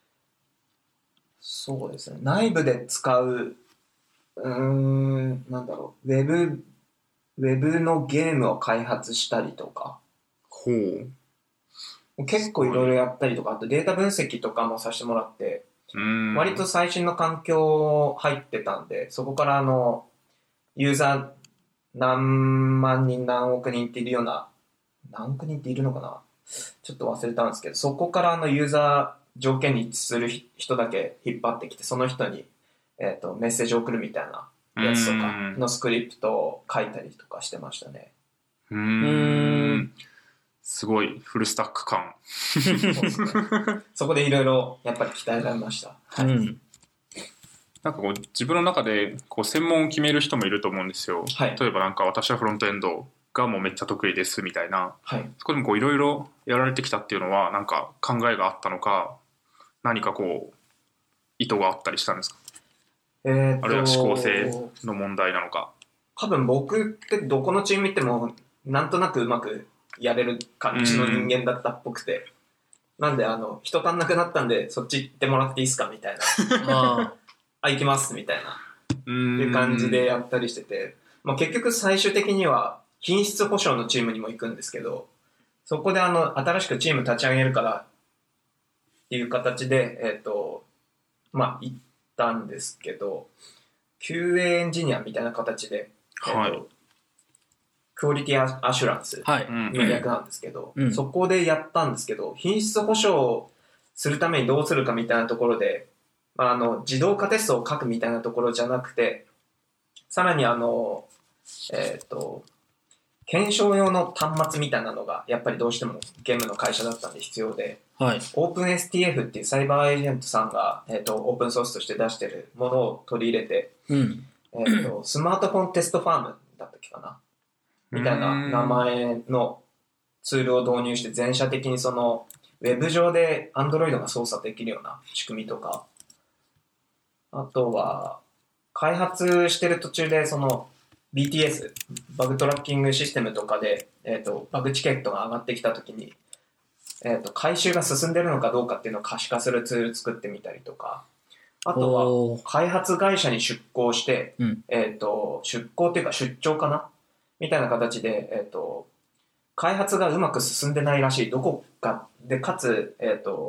そうですね。内部で使う、うーん、なんだろう、ウェブ、ウェブのゲームを開発したりとか。 ほう。 結構いろいろやったりとか、あとデータ分析とかもさせてもらって、 うん割と最新の環境入ってたんで、そこからあの、ユーザー何万人何億人っているような、何億人っているのかなちょっと忘れたんですけど、そこからあのユーザー、条件に一致する人だけ引っ張ってきて、その人に、えーと、メッセージを送るみたいなやつとかのスクリプトを書いたりとかしてましたね。 うーんすごいフルスタック感そうですね、そこでいろいろやっぱり鍛えられました、はい、うん、 なんかこう自分の中でこう専門を決める人もいると思うんですよ、 はい、 例えばなんか私はフロントエンドがもうめっちゃ得意ですみたいな、 はい、 そこでもこういろいろやられてきたっていうのはなんか考えがあったのか、何かこう意図があったりしたんですか？ えー、とあるいは思考性の問題なのか。 多分僕ってどこのチーム行ってもなんとなくうまくやれる感じの人間だったっぽくて、なんであの人足んなくなったんでそっち行ってもらっていいですかみたいなああ行きますみたいなっていう感じでやったりしてて、まあ、結局最終的には品質保証のチームにも行くんですけど、そこであの新しくチーム立ち上げるからっていう形で、えっと、まあ、行ったんですけど、キューエー エンジニアみたいな形で、 はい、 えっと、クオリティアシュランスの略なんですけど、 うんうん、 そこでやったんですけど、品質保証をするためにどうするかみたいなところで、まあ、あの自動化テストを書くみたいなところじゃなくて、さらにあの、えっと、検証用の端末みたいなのがやっぱりどうしてもゲームの会社だったんで必要で、 はい、 オープン エスティーエフ っていうサイバーエージェントさんが、えーと、オープンソースとして出してるものを取り入れて、 うんえーと、スマートフォンテストファームだったっけかなみたいな名前のツールを導入して全社的にそのウェブ上で Android が操作できるような仕組みとか、あとは開発してる途中でそのビーティーエス バグトラッキングシステムとかで、えーと、バグチケットが上がってきたときに、えーと、回収が進んでるのかどうかっていうのを可視化するツール作ってみたりとか、あとは開発会社に出向して、 うん、 えーと、出向っていうか出張かなみたいな形で、えーと、開発がうまく進んでないらしい、どこかでかつ、えーと、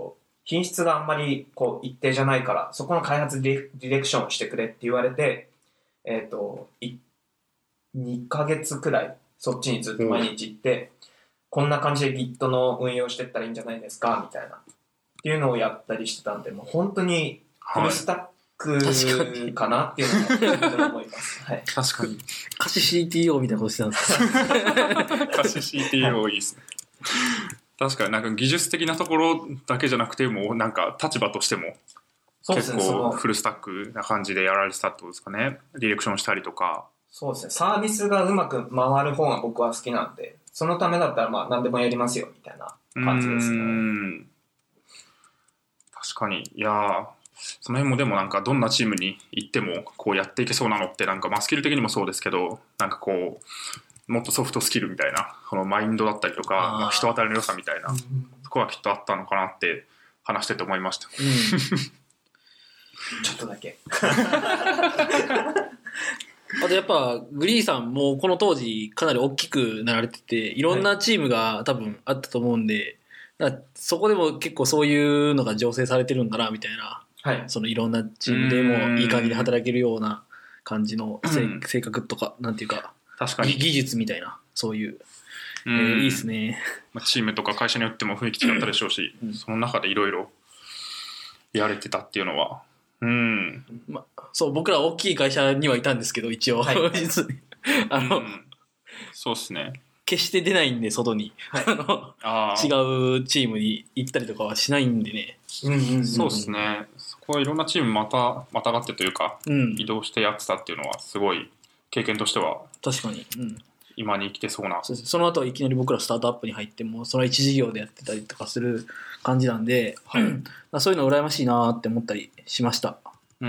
品質があんまりこう一定じゃないから、そこの開発ディレクションをしてくれって言われて、えっと、にかげつくらいそっちにずっと毎日行って、うん、こんな感じで Git の運用してったらいいんじゃないですかみたいなっていうのをやったりしてたんで、もう本当にフルスタックかなっていうのは本当に思います。はい、 確かに。 歌詞 シーティーオー みたいなことしてたんですか歌詞 シーティーオー いいですね。確かになんか技術的なところだけじゃなくてもなんか立場としても結構フルスタックな感じでやられてたってことですかね。ディレクションしたりとか。 そうですね。サービスがうまく回る方が僕は好きなんで、そのためだったらまあ何でもやりますよみたいな感じですね。うーん、 確かに。いやー、その辺もでもなんかどんなチームに行ってもこうやっていけそうなのってなんかまあスキル的にもそうですけど、なんかこうもっとソフトスキルみたいなこのマインドだったりとか、まあ、人当たりの良さみたいなところはきっとあったのかなって話してて思いました。うん、 ちょっとだけ。 あとやっぱグリーさんもこの当時かなり大きくなられてて、いろんなチームが多分あったと思うんで、だからそこでも結構そういうのが醸成されてるんだなみたいな、はい、そのいろんなチームでもいい感じで働けるような感じの性格とかなんていうか、 確かに技術みたいなそういう、えー、いいですね。 チームとか会社によっても雰囲気違ったでしょうし、うん、その中でいろいろやれてたっていうのは、うん、 ま、そう僕ら大きい会社にはいたんですけど一応、はい、実あの、うん、 そうですね。 決して出ないんで外に、はい、あのあ違うチームに行ったりとかはしないんでね。 うんうんうんうん、そうですね。そこはいろんなチームまたまたがってというか、うん、移動してやってたっていうのはすごい経験としては確かに、うん、 今に生きてそうな。 そうです。その後はいきなり僕らスタートアップに入ってもその一事業でやってたりとかする感じなんで、はい、そういうの羨ましいなって思ったりしました。うん、うん、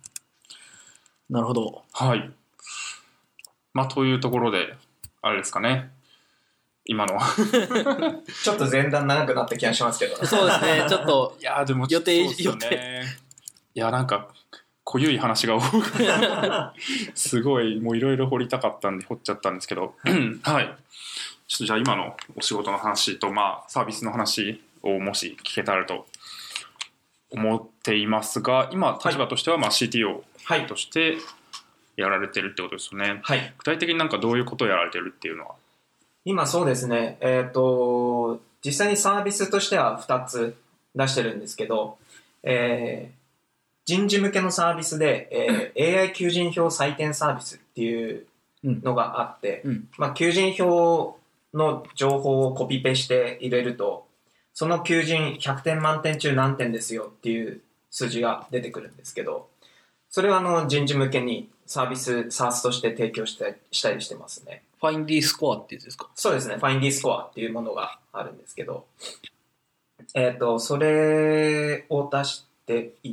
なるほど。 はい。まあというところであれですかね。今のちょっと前段長くなった気がしますけど。 そうですね。ちょっといやでも予定予定いやなんか濃ゆい話が多くすごいもういろいろ掘りたかったんで掘っちゃったんですけどはい。ちょっとじゃあ今のお仕事の話とまあサービスの話をもし聞けたらと思っていますが、今立場としてはまあ シーティーオー としてやられてるってことですよね。はい。具体的になんかどういうことをやられてるっていうのは。 今そうですね、えっと、実際にサービスとしてはふたつ出してるんですけど、えー、人事向けのサービスで、えー、エーアイ 求人票採点サービスっていうのがあって、うんうんまあ、求人票の情報をコピペして入れると、その求人ひゃくてん満点中何点ですよっていう数字が出てくるんですけど、それはあの人事向けにサービス、サースとして提供したり、したりしてますね。 ファインディスコアってやつですか？ そうですね。ファインディスコアっていうものがあるんですけど、えっと、それを出していって、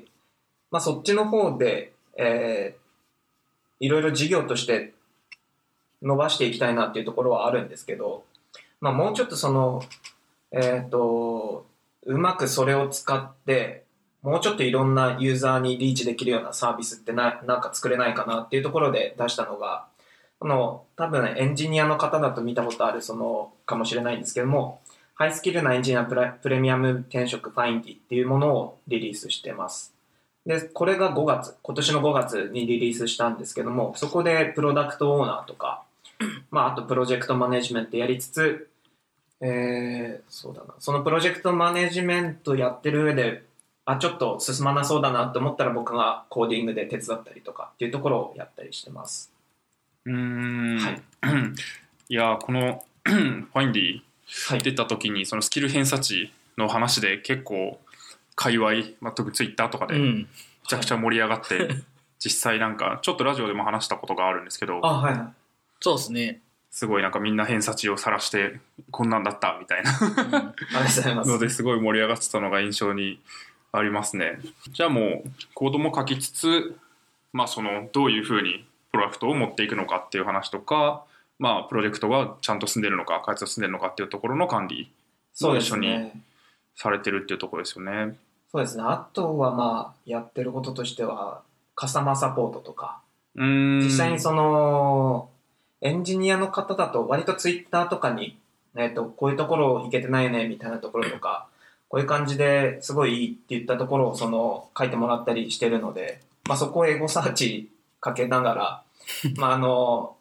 まあそっちの方で、えー、いろいろ事業として伸ばしていきたいなっていうところはあるんですけど、まあもうちょっとその、えっと、うまくそれを使って、もうちょっといろんなユーザーにリーチできるようなサービスってな、なんか作れないかなっていうところで出したのが、この多分エンジニアの方だと見たことあるそのかもしれないんですけども、ハイスキルなエンジニアプレ、プレミアム転職ファインディっていうものをリリースしてます。で、これがごがつ、今年のごがつにリリースしたんですけども、そこでプロダクトオーナーとか、まああとプロジェクトマネジメントやりつつ、えー、そうだな、そのプロジェクトマネジメントやってる上で、あ、ちょっと進まなそうだなと思ったら僕がコーディングで手伝ったりとかっていうところをやったりしてます。 うーん、はい、いやこのファインディ出た時にそのスキル偏差値の話で結構界隈、まあ、特にツイッターとかでめちゃくちゃ盛り上がって、うんはい、実際なんかちょっとラジオでも話したことがあるんですけど、 あ、はいはい、そうですね、 すごいなんかみんな偏差値を晒してこんなんだったみたいな、うん、ありがとうございますのですごい盛り上がってたのが印象にありますね。じゃあもうコードも書きつつ、まあそのどういうふうにプロダクトを持っていくのかっていう話とか、まあプロジェクトがちゃんと進んでるのか開発が進んでるのかっていうところの管理を一緒にされてるっていうところですよね。 そうですね。あとはまあやってることとしてはカスタマーサポートとか、うーん実際にそのエンジニアの方だと割とツイッターとかに、えっとこういうところいけてないねみたいなところとかこういう感じですごいいいって言ったところをその書いてもらったりしてるので、まあ、そこをエゴサーチかけながら、まああの、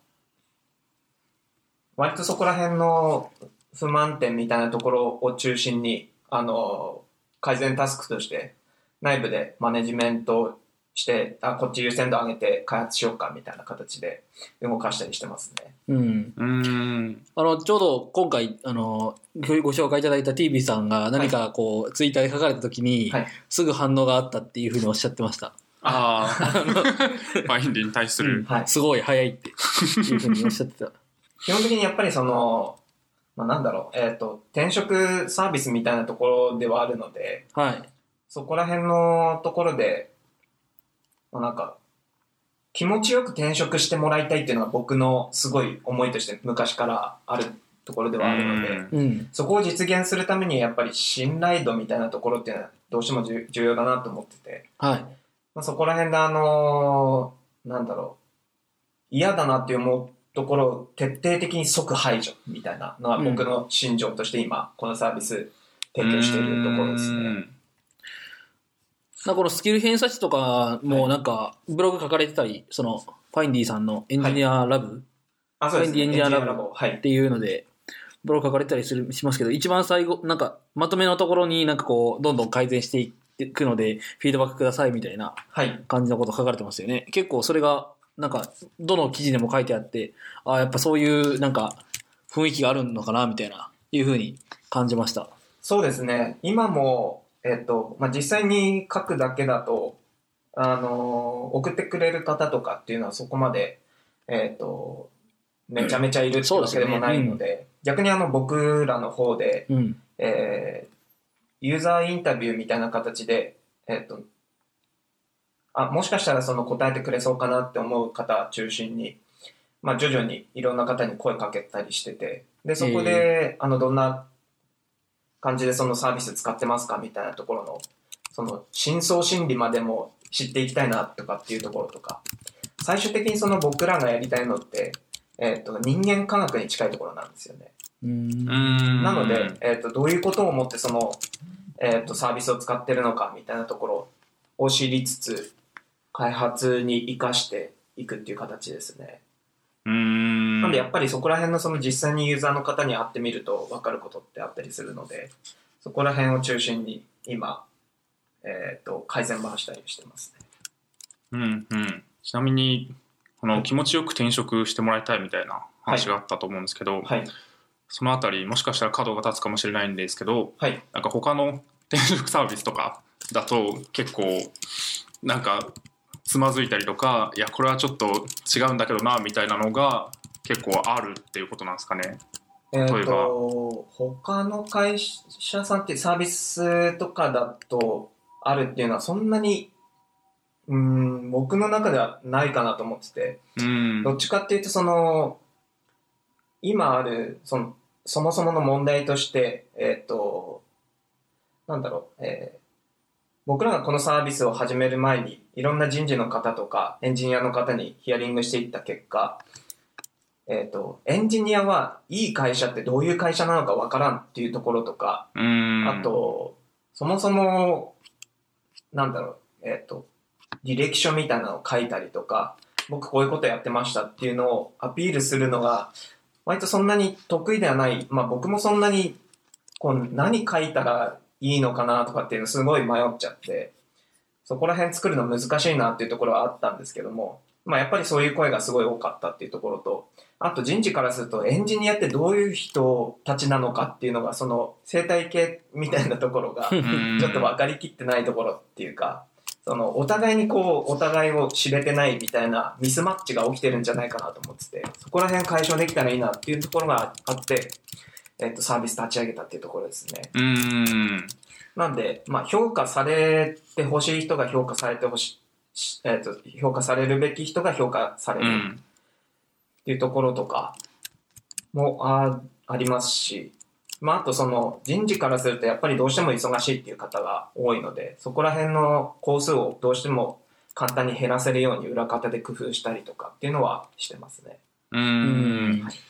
割とそこら辺の不満点みたいなところを中心に、あの、改善タスクとして内部でマネジメントして、あ、こっち優先度上げて開発しようかみたいな形で動かしたりしてますね。 うん。 うーん。 あの、ちょうど今回、あの、ごご紹介いただいた ティービー さんが何かこう、はい、ツイッターで書かれたときに、はい、すぐ反応があったっていうふうにおっしゃってました。 ああ。ファインディに対する、 うんはい。すごい早いっていうふうにおっしゃってた。 基本的にやっぱりその、まあ、なんだろう、えっと、転職サービスみたいなところではあるので、 はい。 そこら辺のところで、まあ、なんか、気持ちよく転職してもらいたいっていうのが僕のすごい思いとして昔からあるところではあるので、 うん、そこを実現するためにやっぱり信頼度みたいなところっていうのはどうしても重要だなと思ってて、 はい。 まあ、そこら辺であのー、なんだろう、嫌だなって思うところを徹底的に即排除みたいなのは僕の心情として今このサービス提供しているところですね。 なんかこのスキル偏差値とかもなんかブログ書かれてたり、そのファインディさんのエンジニアラブ、はい、 あそうですね、 ファインディエンジニアラブっていうのでブログ書かれてたりするしますけど、一番最後なんかまとめのところになんかこうどんどん改善していくのでフィードバックくださいみたいな感じのこと書かれてますよね。結構それがなんかどの記事でも書いてあって、ああやっぱそういうなんか雰囲気があるのかなみたいないう風に感じました。 そうですね。今もえっとまあ、実際に書くだけだと、あのー、送ってくれる方とかっていうのはそこまで、えっと、めちゃめちゃいるってわけでもないので、うん、逆にあの僕らの方で、うん、えー、ユーザーインタビューみたいな形で、えっと、あ、もしかしたらその答えてくれそうかなって思う方中心に、まあ、徐々にいろんな方に声かけたりしてて、で、そこで、えー、あの、どんな感じでそのサービス使ってますかみたいなところのその深層心理までも知っていきたいなとかっていうところとか、最終的にその僕らがやりたいのって、えー、と人間科学に近いところなんですよね。 うーんなので、えー、とどういうことを思ってその、えー、とサービスを使ってるのかみたいなところを知りつつ開発に生かしていくっていう形ですね。 うーんなんでやっぱりそこら辺のその実際にユーザーの方に会ってみると分かることってあったりするので、そこら辺を中心に今、えー、と改善回したりしてますね。 うんうん。ちなみにこの気持ちよく転職してもらいたいみたいな話があったと思うんですけど、 はいはい、 そのあたりもしかしたら角が立つかもしれないんですけど、 はい、 なんか他の転職サービスとかだと結構なんかつまずいたりとか、いやこれはちょっと違うんだけどなみたいなのが結構あるっていうことなんですかね。 例えば、えー、と他の会社さんってサービスとかだとあるっていうのはそんなにうーん僕の中ではないかなと思ってて、 うんどっちかっていうとその今あるそのそもそもの問題としてえっ、ー、となんだろう、えー僕らがこのサービスを始める前にいろんな人事の方とかエンジニアの方にヒアリングしていった結果、えーと、エンジニアはいい会社ってどういう会社なのかわからんっていうところとか、 うーんあとそもそもなんだろう、えーと、履歴書みたいなのを書いたりとか、僕こういうことやってましたっていうのをアピールするのが割とそんなに得意ではない。まあ僕もそんなにこう何書いたらいいのかなとかっていうのすごい迷っちゃって、そこら辺作るの難しいなっていうところはあったんですけども、まあやっぱりそういう声がすごい多かったっていうところと、あと人事からするとエンジニアってどういう人たちなのかっていうのがその生態系みたいなところがちょっと分かりきってないところっていうか、そのお互いにこうお互いを知れてないみたいなミスマッチが起きてるんじゃないかなと思ってて、そこら辺解消できたらいいなっていうところがあって、えっと、サービス立ち上げたっていうところですね。 うーんなんで、まあ、評価されてほしい人が評価されてほしい、えっと、評価されるべき人が評価されるっていうところとかも あ, ありますし、まあ、あとその人事からするとやっぱりどうしても忙しいっていう方が多いので、そこら辺の工数をどうしても簡単に減らせるように裏方で工夫したりとかっていうのはしてますね。 うーん、はい、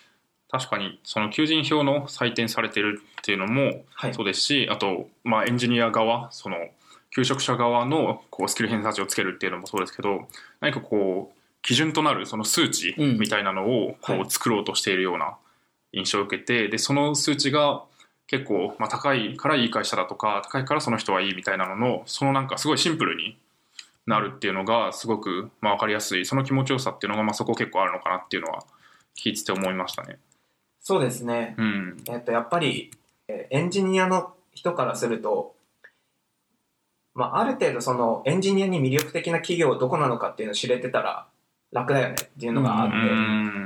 確かにその求人票の採点されてるっていうのもそうですし、はい、あと、まあ、エンジニア側、その求職者側のこうスキル偏差値をつけるっていうのもそうですけど、何かこう基準となるその数値みたいなのをこう作ろうとしているような印象を受けて、でその数値が結構まあ高いからいい会社だとか、高いからその人はいいみたいなのの、そのなんかすごいシンプルになるっていうのがすごくまあ分かりやすい、その気持ちよさっていうのがまあそこ結構あるのかなっていうのは聞いてて思いましたね。 そうですね、 うん、 えっと、やっぱりエンジニアの人からすると、まあ、ある程度そのエンジニアに魅力的な企業どこなのかっていうのを知れてたら楽だよねっていうのがあって、うん、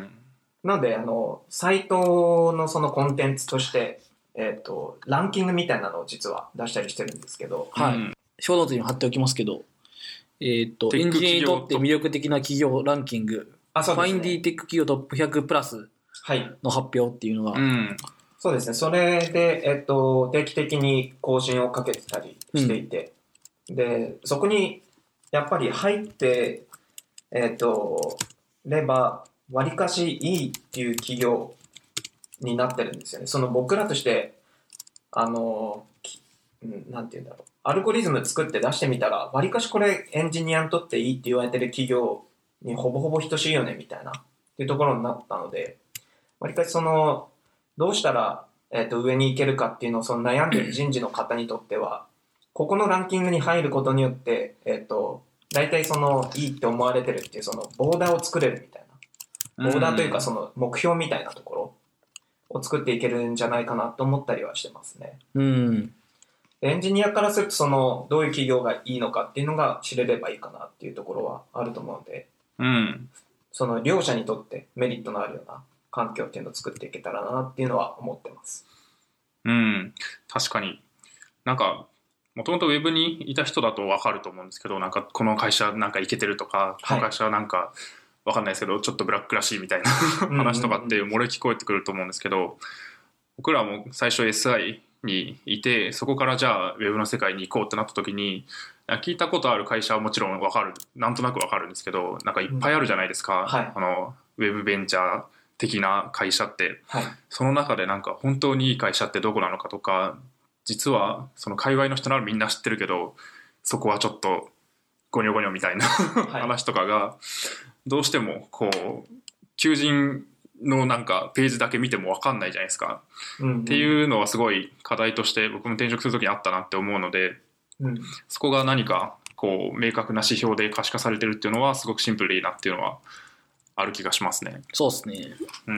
なのであのサイトのそのコンテンツとして、えー、とランキングみたいなのを実は出したりしてるんですけど、 はい、小ノートにも貼っておきますけど、えー、とエンジニアにとって魅力的な企業ランキング、 あ、そうですね、 ファインディテック企業トップひゃくプラスの発表っていうのが、 はい、うん、そうですね、それで、えー、と定期的に更新をかけてたりしていて、うん、でそこにやっぱり入ってえっとればわりかしいいっていう企業になってるんですよね。その僕らとしてあのなんていうんだろう、アルゴリズム作って出してみたらわりかしこれエンジニアにとっていいって言われてる企業にほぼほぼ等しいよねみたいなっていうところになったので、わりかしそのどうしたら、えー、と上に行けるかっていうのをその悩んでる人事の方にとってはここのランキングに入ることによって、えっと、大体そのいいって思われてるっていうそのボーダーを作れるみたいな、ボーダーというかその目標みたいなところを作っていけるんじゃないかなと思ったりはしてますね。 うん。 エンジニアからするとそのどういう企業がいいのかっていうのが知れればいいかなっていうところはあると思うので、 うん、 その両者にとってメリットのあるような環境っていうのを作っていけたらなっていうのは思ってます。 うん、確かになんかもともとウェブにいた人だと分かると思うんですけど、なんかこの会社なんかイケてるとか、この会社なんか分かんないですけど、ちょっとブラックらしいみたいな話とかって漏れ聞こえてくると思うんですけど、僕らも最初 エスアイ にいて、そこからじゃあウェブの世界に行こうってなった時に、聞いたことある会社はもちろん分かる、なんとなく分かるんですけど、なんかいっぱいあるじゃないですか、 うん、はい、 あのウェブベンチャー的な会社って、 はい、 その中でなんか本当にいい会社ってどこなのかとか、実はその界隈の人ならみんな知ってるけどそこはちょっとゴニョゴニョみたいな話とかがどうしてもこう求人のなんかページだけ見ても分かんないじゃないですか、うんうん、っていうのはすごい課題として僕も転職する時にあったなって思うので、うん、そこが何かこう明確な指標で可視化されてるっていうのはすごくシンプルでいいなっていうのはある気がしますね。 そうですね、 うん、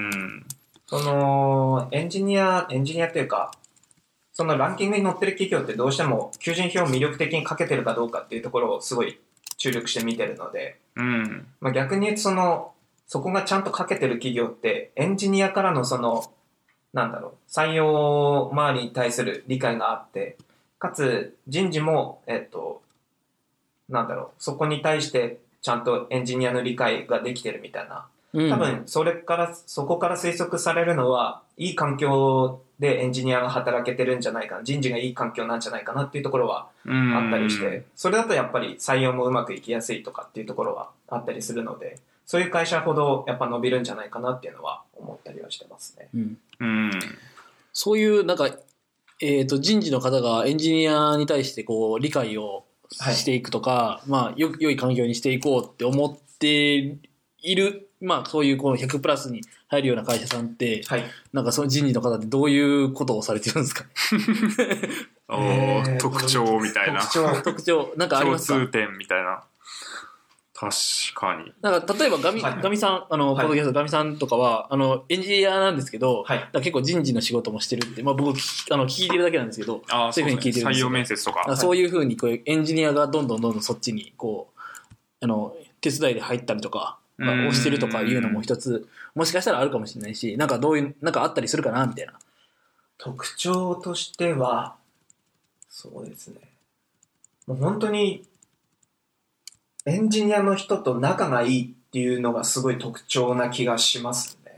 そのエンジニアエンジニアっていうかそのランキングに載ってる企業ってどうしても求人票を魅力的にかけてるかどうかっていうところをすごい注力して見てるので、 うんまあ、逆に言うとそのそこがちゃんとかけてる企業ってエンジニアからのそのなんだろう採用周りに対する理解があって、かつ人事もえっとなんだろうそこに対してちゃんとエンジニアの理解ができてるみたいな、多分それからそこから推測されるのはいい環境でエンジニアが働けてるんじゃないかな、人事がいい環境なんじゃないかなっていうところはあったりして、それだとやっぱり採用もうまくいきやすいとかっていうところはあったりするので、そういう会社ほどやっぱ伸びるんじゃないかなっていうのは思ったりはしてますね。 うんうん、そういうなんか、えーと、人事の方がエンジニアに対してこう理解をしていくとか、はい、まあよ良い環境にしていこうって思っている、まあそういうこのひゃくプラスに入るような会社さんって、はい、なんかその人事の方ってどういうことをされてるんですかおえー、特徴みたいな特徴特徴なんかありますか、 共通点みたいな。確かに。 なんか例えばガミ、はい、ガミさん、あの、ポッドキャストガミさんとかは、あの、エンジニアなんですけど、はい、結構人事の仕事もしてるって、まあ僕、あの、聞いてるだけなんですけど、 あそういうふうに聞いてるんですよ。採用面接とか。 そういうふうにこう、エンジニアがどんどんどんどんそっちに、こう、あの、手伝いで入ったりとか、まあ、押してるとかいうのも一つ、もしかしたらあるかもしれないし、なんかどういう、なんかあったりするかな、みたいな。 特徴としては、そうですね。もう本当に、エンジニアの人と仲がいいっていうのがすごい特徴な気がしますね。 うん。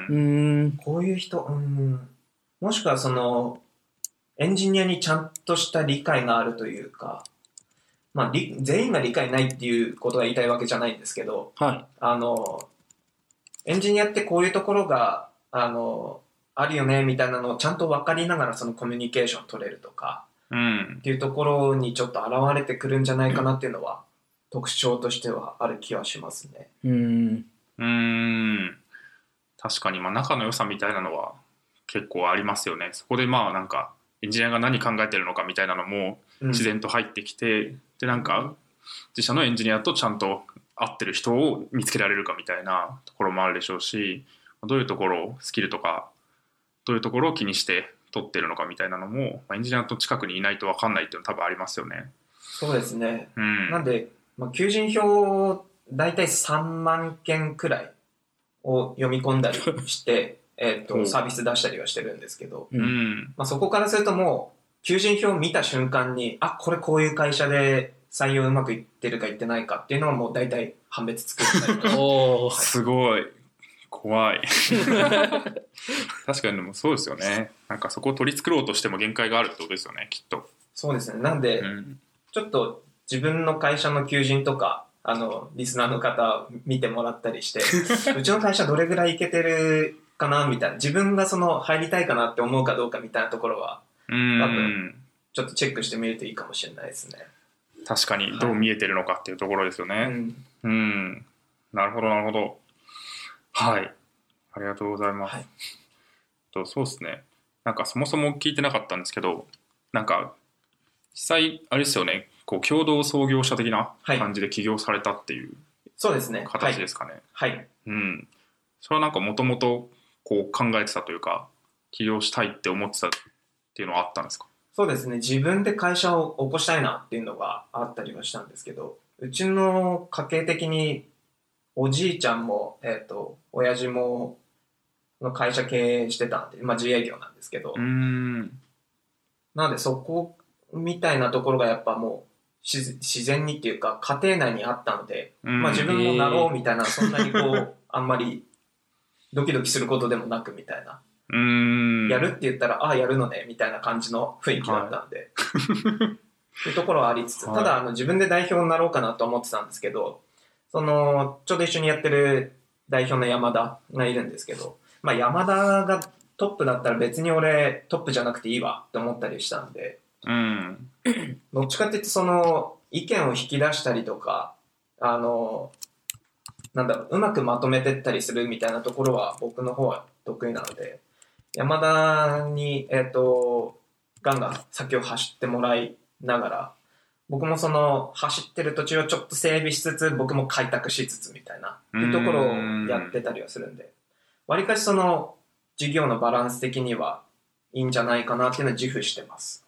うんこういう人、うん、もしくはその、エンジニアにちゃんとした理解があるというか、まあ、全員が理解ないっていうことが言いたいわけじゃないんですけど、はい、あの、エンジニアってこういうところがあの、あるよね、みたいなのをちゃんと分かりながらそのコミュニケーション取れるとか、 うん。 っていうところにちょっと現れてくるんじゃないかなっていうのは、特徴としてはある気はしますね。 うん。 うーん。確かに、まあ仲の良さみたいなのは結構ありますよね。そこでまあなんか、エンジニアが何考えてるのかみたいなのも自然と入ってきて、うん、でなんか自社のエンジニアとちゃんと合ってる人を見つけられるかみたいなところもあるでしょうし、どういうところをスキルとかどういうところを気にして取ってるのかみたいなのも、まあ、エンジニアと近くにいないと分かんないっていうのは多分ありますよね。 そうですね、 うん、 なんで、まあ、求人票大体さんまんけんくらいを読み込んだりしてえとサービス出したりはしてるんですけど、 うんまあ、そこからするともう求人票を見た瞬間に、あ、これこういう会社で採用うまくいってるかいってないかっていうのはもう大体判別つくようになります。 おー、 すごい怖い確かにでもそうですよね。なんかそこを取り繕ろうとしても限界があるってことですよね、きっと。 そうですね。なんで、うん、ちょっと自分の会社の求人とかあのリスナーの方見てもらったりしてうちの会社どれぐらいいけてるかなみたいな、自分がその入りたいかなって思うかどうかみたいなところは多分ちょっとチェックしてみるといいかもしれないですね。 確かにどう見えてるのかっていうところですよね、はい、うん、うん、なるほどなるほど。はい、ありがとうございます、はい、とそうですね。なんかそもそも聞いてなかったんですけど、なんか実際あれですよね、こう共同創業者的な感じで起業されたっていう、 そうですね、 形ですかね。 はい、はい、 うん、それはなんかもともとこう考えてたというか起業したいって思ってたっていうのはあったんですか？ そうですね、自分で会社を起こしたいなっていうのがあったりはしたんですけど、うちの家系的におじいちゃんも、えーと、親父もの会社経営してたんで、まあ、自営業なんですけど、 うーん、 なのでそこみたいなところがやっぱもう自然にっていうか家庭内にあったので、まあ、自分もなろうみたいな、そんなにこうあんまりドキドキすることでもなくみたいな、 うーん、 やるって言ったらああやるのねみたいな感じの雰囲気だったんで、はい、っていうところはありつつ、ただあの自分で代表になろうかなと思ってたんですけど、そのちょうど一緒にやってる代表の山田がいるんですけど、まあ、山田がトップだったら別に俺トップじゃなくていいわって思ったりしたんで、 うん、 どっちかっていうとその意見を引き出したりとか、あのなんだろう、うまくまとめてったりするみたいなところは僕の方は得意なので、山田に、えーと、ガンガン先を走ってもらいながら、僕もその走ってる途中をちょっと整備しつつ、僕も開拓しつつみたいないうところをやってたりはするんで、わりかしその事業のバランス的にはいいんじゃないかなっていうのを自負してます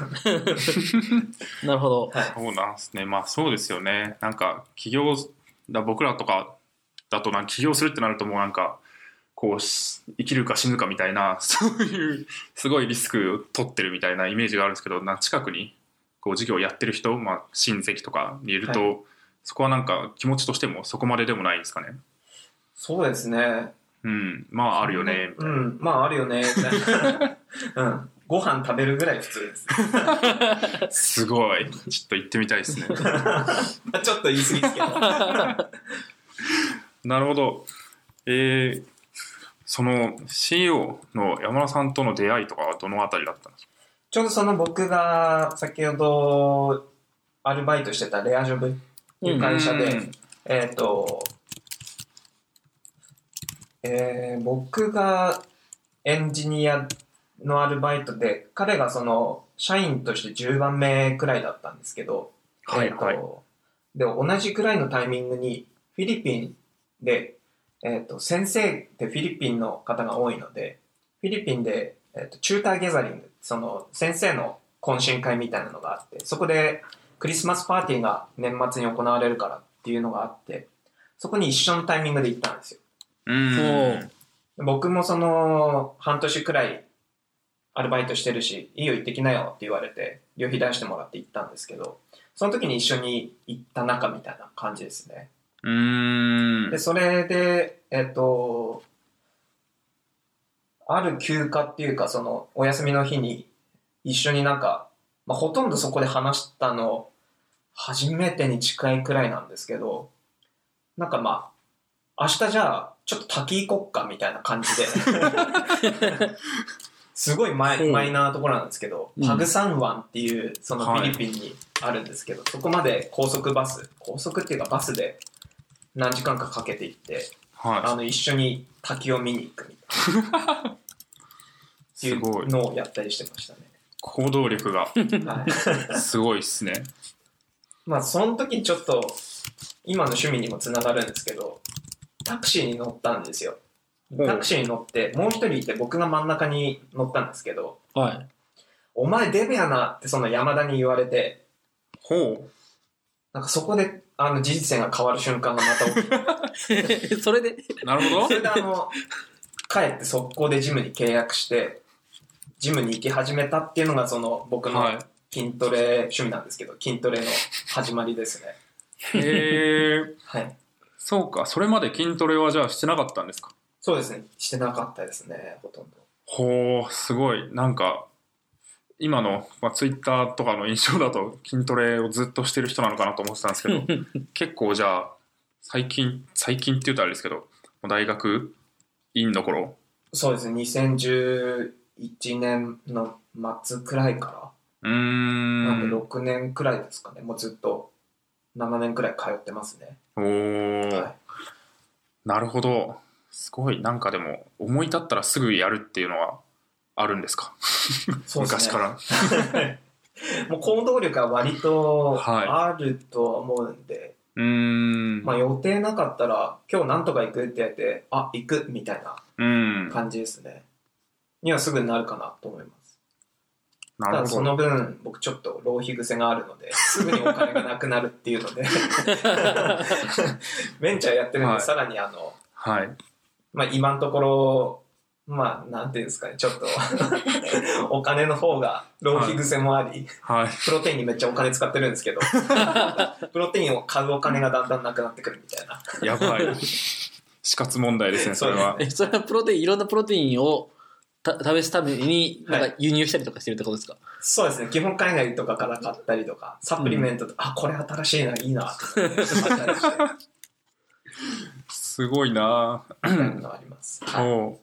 なるほど、 はい、そうなんですね。まあそうですよね。なんか起業だ、僕らとかだとなんか起業するってなるともうなんかこう生きるか死ぬかみたいな、そういうすごいリスクを取ってるみたいなイメージがあるんですけど、なんか近くにこう事業をやってる人、まあ、親戚とかにいると、はい、そこはなんか気持ちとしてもそこまででもないですかね。 そうですね、 うん、まああるよねみたいな、うん、 まああるよねみたいな、うん、ご飯食べるぐらい普通ですすごい、ちょっと行ってみたいですねちょっと言い過ぎですけどなるほど。えー、その シーイーオー の山田さんとの出会いとかはどのあたりだったんですか？ ちょうどその僕が先ほどアルバイトしてたレアジョブっていう会社で、うん、えっと、えー、僕がエンジニアのアルバイトで、彼がその社員としてじゅうばんめくらいだったんですけど、 はいはい、 えーと、で同じくらいのタイミングにフィリピンで、えーと、先生ってフィリピンの方が多いので、フィリピンで、えーと、チューターギャザリング、その先生の懇親会みたいなのがあって、そこでクリスマスパーティーが年末に行われるからっていうのがあって、そこに一緒のタイミングで行ったんですよ。 うん、 僕もその半年くらいアルバイトしてるし、いいよ行ってきなよって言われて旅費出してもらって行ったんですけど、その時に一緒に行った仲みたいな感じですね。 うーん、 でそれでえっとある休暇っていうか、そのお休みの日に一緒になんか、まあ、ほとんどそこで話したの初めてに近いくらいなんですけど、なんかまあ明日じゃあちょっと滝国家みたいな感じですごいマイ、マイナーなところなんですけど、 うん、 パグサン湾っていうそのフィリピンにあるんですけど、はい、そこまで高速バス高速っていうかバスで何時間かかけて行って、はい、あの一緒に滝を見に行くみたいなっていうのをやったりしてましたね。 行動力がすごいっすね。 まあその時にちょっと今の趣味にもつながるんですけど、タクシーに乗ったんですよ。タクシーに乗ってもう一人いて僕が真ん中に乗ったんですけど、はい、お前デブやなってその山田に言われて、ほう、なんかそこであの事実線が変わる瞬間がまた起きてそれでなるほど。それであの帰って速攻でジムに契約してジムに行き始めたっていうのがその僕の筋トレ趣味なんですけど、筋トレの始まりですね。 へえ。はい。そうか、それまで筋トレはじゃあしてなかったんですか？ そうですね、してなかったですね、ほとんど。 ほう、すごい。なんか今の、まあ、ツイッターとかの印象だと筋トレをずっとしてる人なのかなと思ってたんですけど結構じゃあ最近最近って言うとあれですけど大学院の頃。 そうですね、にせんじゅういちねんの末くらいからうーんなんでろくねんくらいですかね。もうずっとななねんくらい通ってますね。 おー、はい、なるほど。すごい。なんかでも思い立ったらすぐやるっていうのはあるんですか？そうですね、昔からもう行動力は割とあると思うんで、はい、うーん、まあ、予定なかったら今日なんとか行くってやってあ行くみたいな感じですね。にはすぐになるかなと思います。なるほど。ただその分僕ちょっと浪費癖があるのですぐにお金がなくなるっていうのでベンチャーやってるんで、はい、さらにあの、はい、まあ、今のところまあなんていうんですかね、ちょっとお金の方が浪費癖もあり、はいはい、プロテインにめっちゃお金使ってるんですけどプロテインを買うお金がだんだんなくなってくるみたいな。 やばい死活問題ですね、それは。 え、それはプロテイン、いろんなプロテインをた試すためになんか輸入したりとかしてるってことですか？はい、 そうですね、基本海外とかから買ったりとかサプリメントとか、うん、あこれ新しいないいなって買ったりしてすごいなぁ。みたいなのあります。はい、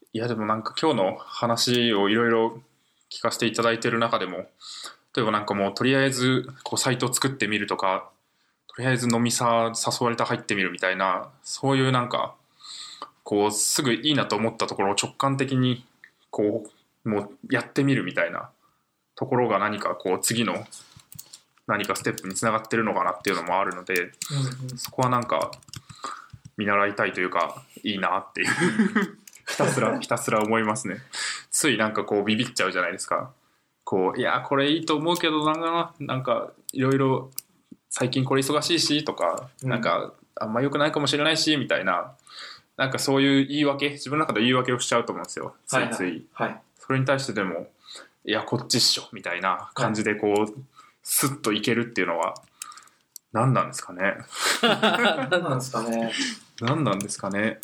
いやでもなんか今日の話をいろいろ聞かせていただいている中でも、例えばなんかもうとりあえずこうサイトを作ってみるとか、とりあえず飲みさ誘われて入ってみるみたいな、そういうなんかこうすぐいいなと思ったところを直感的にこうもうやってみるみたいなところが何かこう次の何かステップにつながってるのかなっていうのもあるので、うんうん、そこはなんか見習いたいというかいいなっていうひたすらひたすら思いますね。ついなんかこうビビっちゃうじゃないですか。こういやこれいいと思うけどなんかなんかいろいろ最近これ忙しいしとか、うん、なんかあんま良くないかもしれないしみたいな、なんかそういう言い訳、自分の中で言い訳をしちゃうと思うんですよ、ついつい、はいはい、それに対してでもいやこっちっしょみたいな感じでこう、はい、スッといけるっていうのは何なんですかね何なんですかね何なんですかね。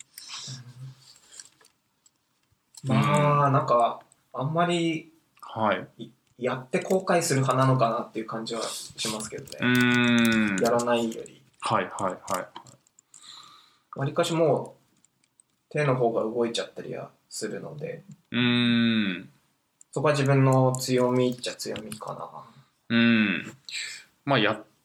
まあなんかあんまり、はい、やって後悔する派なのかなっていう感じはしますけどね。うーん、やらないより、はいはいはい、わりかしもう手の方が動いちゃったりはするので、うーん、そこは自分の強みっちゃ強みかな。 うん、まあやって、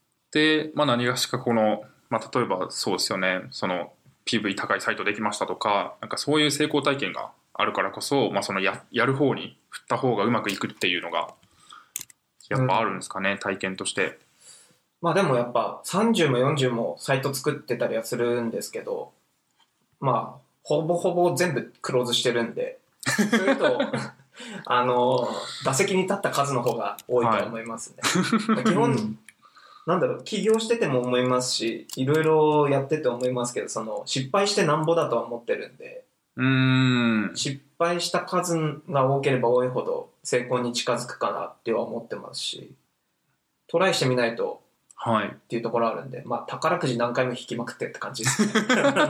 まあ、何がしかこの、まあ、例えばそうですよね、その ピーブイ 高いサイトできましたとか、なんかそういう成功体験があるからこそ、まあ、その や, やる方に振った方がうまくいくっていうのがやっぱあるんですかね、うん、体験として。 まあでもやっぱさんじゅうもよんじゅうもサイト作ってたりはするんですけど、まあほぼほぼ全部クローズしてるんで、それとあの打席に立った数の方が多いと思いますね、はい、基本なんだろう、起業してても思いますし、いろいろやってて思いますけど、その失敗してなんぼだとは思ってるんで、うーん、失敗した数が多ければ多いほど成功に近づくかなっては思ってますし、トライしてみないとっていうところあるんで、はい、まあ宝くじ何回も引きまくってって感じですね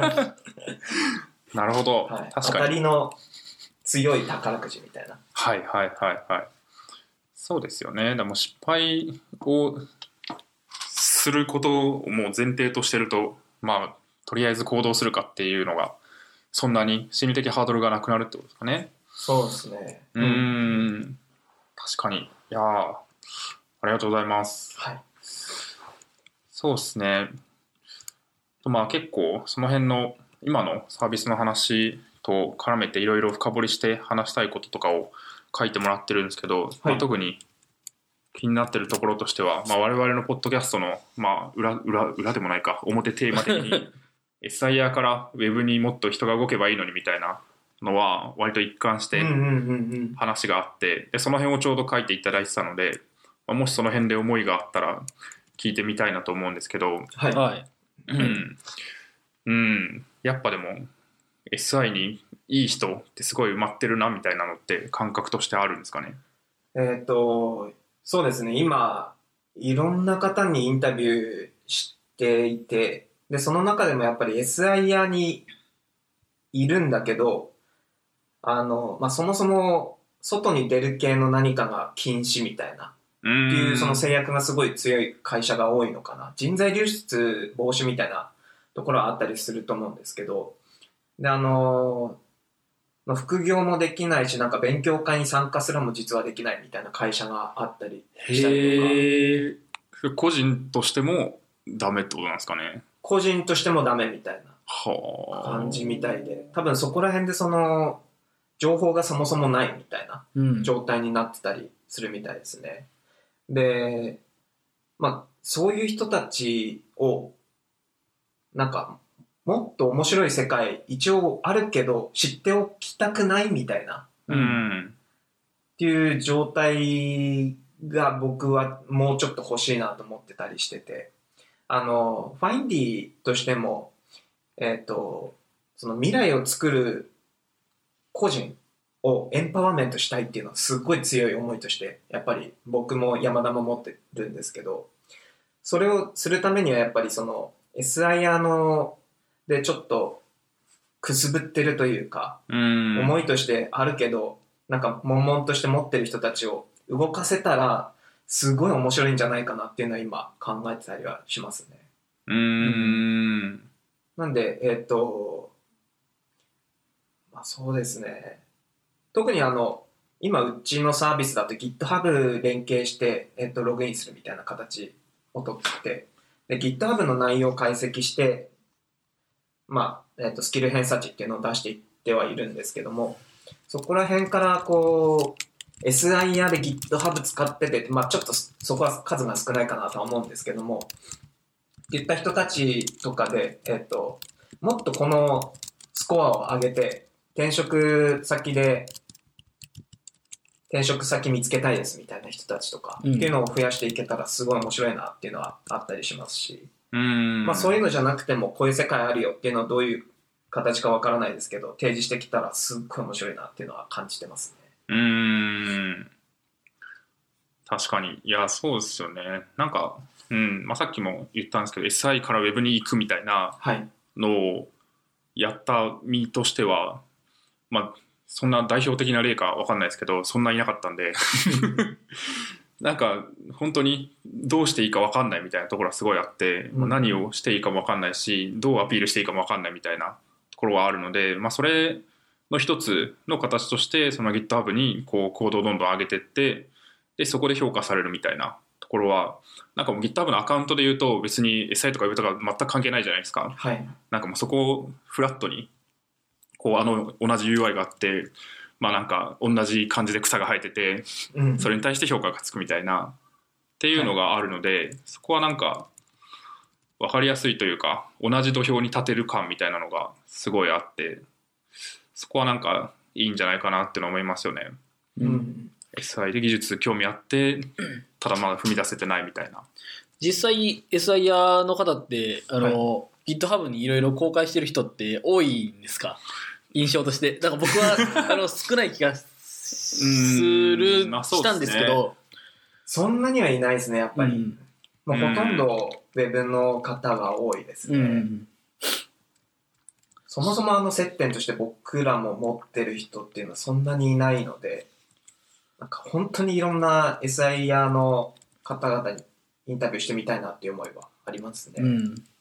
なるほど、 はい、確かに当たりの強い宝くじみたいな。 はいはいはいはい。そうですよね。でも失敗をすることをもう前提としてると、まあとりあえず行動するかっていうのがそんなに心理的ハードルがなくなるってことですかね。 そうですね。 うーん、確かに。いやー、ありがとうございます。 はい。 そうですね。まあ結構その辺の今のサービスの話と絡めていろいろ深掘りして話したいこととかを書いてもらってるんですけど、はい、まあ、特に気になってるところとしては、まあ、我々のポッドキャストの、まあ、裏、裏、裏でもないか、表テーマ的にエスアイアール からウェブにもっと人が動けばいいのにみたいなのは割と一貫して話があって、でその辺をちょうど書いていただいてたので、まあ、もしその辺で思いがあったら聞いてみたいなと思うんですけど、 はい、 うんうん、やっぱでも エスアイ にいい人ってすごい埋まってるなみたいなのって感覚としてあるんですかね。 えっとそうですね、今いろんな方にインタビューしていて、でその中でもやっぱり エスアイアール にいるんだけど、あの、まあ、そもそも外に出る系の何かが禁止みたいなっていうその制約がすごい強い会社が多いのかな。人材流出防止みたいなところはあったりすると思うんですけど、であのまあ、副業もできないし、なんか勉強会に参加すらも実はできないみたいな会社があったりしたりとか。個人としてもダメってことなんですかね。 個人としてもダメみたいな感じみたいで、多分そこら辺でその情報がそもそもないみたいな状態になってたりするみたいですね。うん、で、まあそういう人たちをなんかもっと面白い世界一応あるけど知っておきたくないみたいな、 うん、 っていう状態が僕はもうちょっと欲しいなと思ってたりしてて、あのファインディとしても、えっとその未来を作る個人をエンパワーメントしたいっていうのはすっごい強い思いとしてやっぱり僕も山田も持ってるんですけど、それをするためにはやっぱりその エスアイアール のでちょっとくすぶってるというか、 うん思いとしてあるけどなんか悶々として持ってる人たちを動かせたらすごい面白いんじゃないかなっていうのは今考えてたりはしますね。 うーんなんでえっとまあそうですね、特にあの今うちのサービスだと GitHub 連携して、えっと、ログインするみたいな形をとってで GitHub の内容を解析してまあえっと、スキル偏差値っていうのを出していってはいるんですけども、そこら辺からこう エスアイアール で GitHub 使ってて、まあ、ちょっとそこは数が少ないかなとは思うんですけどもっていった人たちとかで、えっと、もっとこのスコアを上げて転職先で転職先見つけたいですみたいな人たちとかっていうのを増やしていけたらすごい面白いなっていうのはあったりしますし、 うんまあ、そういうのじゃなくてもこういう世界あるよっていうのはどういう形かわからないですけど提示してきたらすっごい面白いなっていうのは感じてますね。 うーん確かに。いやそうですよね。なんか、うんまあ、さっきも言ったんですけど エスアイ から Web に行くみたいなのをやった身としては、まあそんな代表的な例かわかんないですけどそんないなかったんでなんか本当にどうしていいか分かんないみたいなところはすごいあって、うん、何をしていいかも分かんないしどうアピールしていいかも分かんないみたいなところはあるので、まあ、それの一つの形としてその GitHub にこうコードをどんどん上げていってでそこで評価されるみたいなところはなんかもう GitHub のアカウントで言うと別に エスアイ とか Web とか全く関係ないじゃないですか、 はい、 なんかもうそこをフラットにこうあの同じ ユーアイ があってまあなんか同じ感じで草が生えててそれに対して評価がつくみたいなっていうのがあるので、はい、そこはなんか分かりやすいというか同じ土俵に立てる感みたいなのがすごいあってそこはなんかいいんじゃないかなって思いますよね、 うん、 エスアイ で技術興味あってただまだ踏み出せてないみたいな。 実際 エスアイアール の方ってあの、はい、GitHub にいろいろ公開してる人って多いんですか？印象として。だから僕はあの少ない気がするまあしたんですけど、 そんなにはいないですねやっぱり、うん、もうほとんどウェブの方が多いですね、うん、そもそもあの接点として僕らも持ってる人っていうのはそんなにいないのでなんか本当にいろんな エスアイアール の方々にインタビューしてみたいなっていう思いはありますね、 うん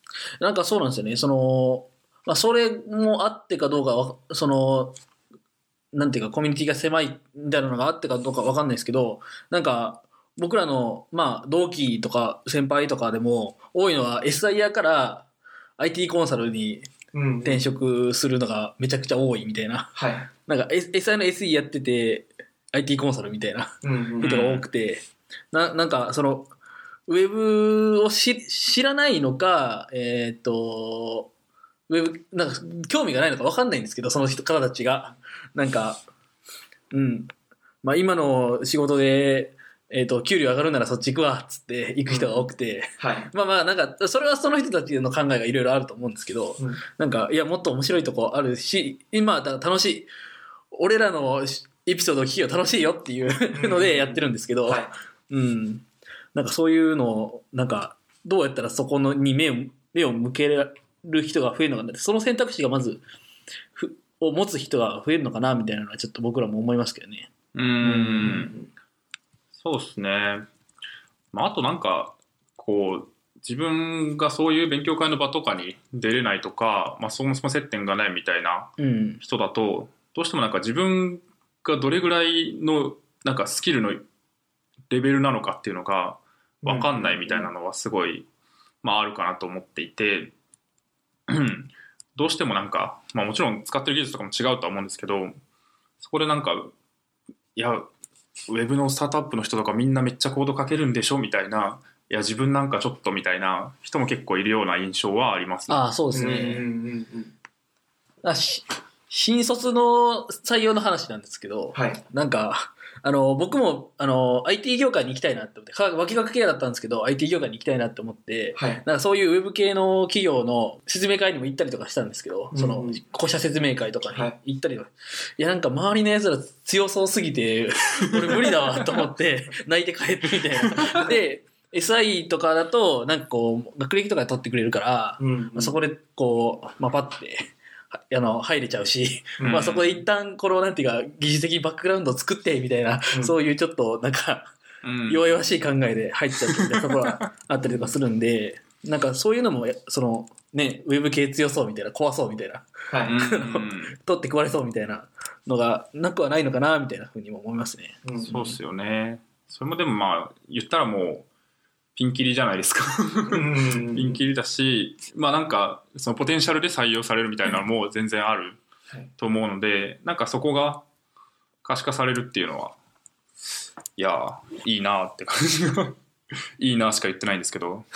なんかそうなんですよね。その、まあ、それもあってかどうかわ、その、なんていうか、コミュニティが狭いみたいなのがあってかどうかわかんないですけど、なんか、僕らの、まあ、同期とか先輩とかでも、多いのは エスアイ から アイティー コンサルに転職するのがめちゃくちゃ多いみたいな。 はい。 なんか エスアイ の エスイー やってて、アイティー コンサルみたいな人が多くて、な、なんか、その、ウェブをし知らないのか、えっと、ウェブ、なんか、興味がないのか分かんないんですけど、その人方たちが。なんか、うん。まあ今の仕事で、えっと、給料上がるならそっち行くわ、つって行く人が多くて。 うん、はい。 まあまあ、なんか、それはその人たちの考えがいろいろあると思うんですけど、うん、なんか、いや、もっと面白いとこあるし、今、楽しい、俺らのエピソードを聞きよ楽しいよっていうのでやってるんですけど、うん、はい、うん。なんかそういうのを、なんか、どうやったらそこのに目を、目を向ける人が増えるのかなって、その選択肢がまず、ふを持つ人が増えるのかなみたいなのはちょっと僕らも思いますけどね。 うーん。うんそうですね。まあ、あとなんか、こう、自分がそういう勉強会の場とかに出れないとか、まあ、そもそも接点がないみたいな人だと、うん、どうしてもなんか自分がどれぐらいのなんかスキルのレベルなのかっていうのが分かんないみたいなのはすごい、まあ、あるかなと思っていて、どうしてもなんか、まあ、もちろん使ってる技術とかも違うとは思うんですけど、そこでなんか、いや、ウェブのスタートアップの人とかみんなめっちゃコード書けるんでしょみたいな、いや自分なんかちょっとみたいな人も結構いるような印象はありますね。ああ、そうですね。うんうんうんあし新卒の採用の話なんですけど、はい、なんか、あの、僕も、あの、アイティー 業界に行きたいなって思って、脇が系だったんですけど、アイティー 業界に行きたいなって思って、はい、なんかそういうウェブ系の企業の説明会にも行ったりとかしたんですけど、うん、その、個社説明会とかに行ったりとか、はい、いやなんか周りの奴ら強そうすぎて、俺無理だわと思って、泣いて帰ってみたいな。で、エスアイ とかだと、なんかこう、学歴とかで取ってくれるから、うんうんまあ、そこでこう、まあ、パッて、あの、入れちゃうし、うん、まあそこで一旦、この、なんていうか、技術的バックグラウンドを作って、みたいな、うん、そういうちょっと、なんか、弱々しい考えで入っちゃってみたいなところがあったりとかするんで、なんかそういうのも、その、ね、ウェブ系強そうみたいな、怖そうみたいな、はい、取って食われそうみたいなのがなくはないのかな、みたいなふうにも思いますね。 うん、そうっすよね。それもでもまあ、言ったらもう、ピンキリじゃないですかピンキリだし、まあなんかそのポテンシャルで採用されるみたいなのも全然あると思うので、なんかそこが可視化されるっていうのは、いやいいなって感じがいいなしか言ってないんですけど、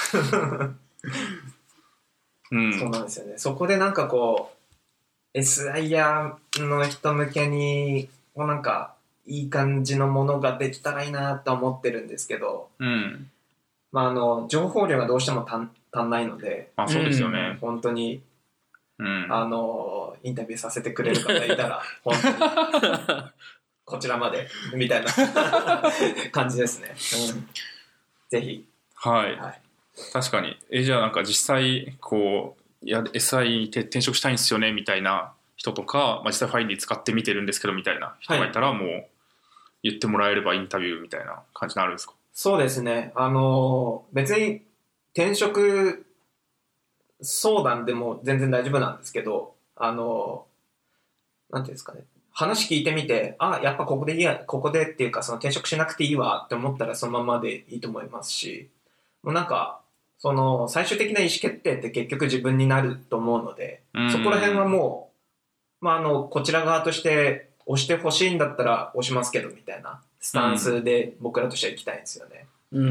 うん、そうなんですよね。そこでなんかこう エスアイ やの人向けにこうなんかいい感じのものができたらいいなと思ってるんですけど、うんまあ、あの情報量がどうしても足んないので、 あそうですよね、 うん、本当に、うん、あのインタビューさせてくれる方いたら本当にこちらまでみたいな感じですね、うん、ぜひはい、はい、確かにえじゃあなんか実際こういや エスアイ に転職したいんですよねみたいな人とか、まあ、実際ファインディ使ってみてるんですけどみたいな人がいたら、もう言ってもらえればインタビューみたいな感じになるんですか？ そうですね。あの、別に転職相談でも全然大丈夫なんですけど、あの、なんていうんですかね。話聞いてみて、あ、やっぱここでいいや、ここでっていうか、その転職しなくていいわって思ったらそのままでいいと思いますし、もうなんか、その最終的な意思決定って結局自分になると思うので、そこら辺はもう、まあ、あの、こちら側として押してほしいんだったら押しますけどみたいなスタンスで僕らとしては行きたいんですよね。うん、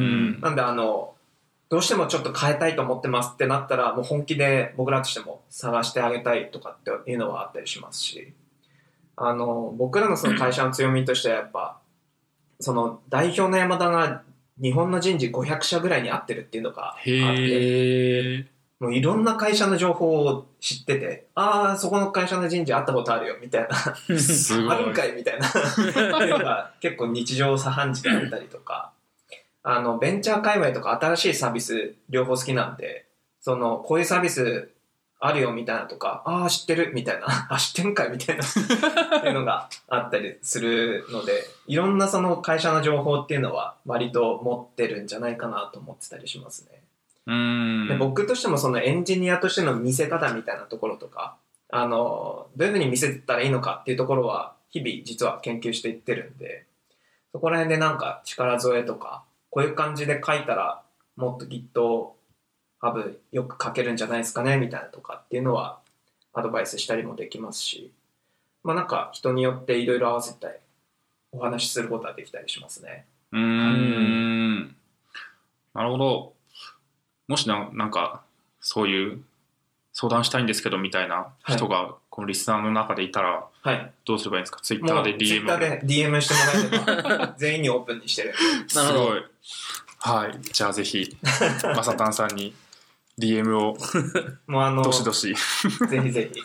なんであのどうしてもちょっと変えたいと思ってますってなったらもう本気で僕らとしても探してあげたいとかっていうのはあったりしますし、あの僕らのその会社の強みとしてはやっぱその代表の山田が日本の人事ごひゃくしゃぐらいに合ってるっていうのがあって、もういろんな会社の情報を知ってて、ああそこの会社の人事会ったことあるよみたいなあるんかいみたいなっていうのが結構日常茶飯事であったりとか、あのベンチャー界隈とか新しいサービス両方好きなんで、そのこういうサービスあるよみたいなとか、ああ知ってるみたいなあ知ってんかいみたいなっていうのがあったりするので、いろんなその会社の情報っていうのは割と持ってるんじゃないかなと思ってたりしますね。 うーん。 で僕としてもそのエンジニアとしての見せ方みたいなところとか、あの、どういうふうに見せたらいいのかっていうところは、日々実は研究していってるんで、そこら辺でなんか力添えとか、こういう感じで書いたら、もっと GitHub よく書けるんじゃないですかね、みたいなとかっていうのは、アドバイスしたりもできますし、まあなんか人によっていろいろ合わせてお話しすることはできたりしますね。 うーん。なるほど。もしな、なんか、そういう相談したいんですけどみたいな人が、このリスナーの中でいたら、 はい。 どうすればいいんですか？ツイッターで ディーエム。 ツイッターで ディーエム してもらえれば、全員にオープンにしてる。 すごい。はい。じゃあぜひ、まさたんさんに ディーエム を、 もうあの、 どしどし。 ぜひぜひ。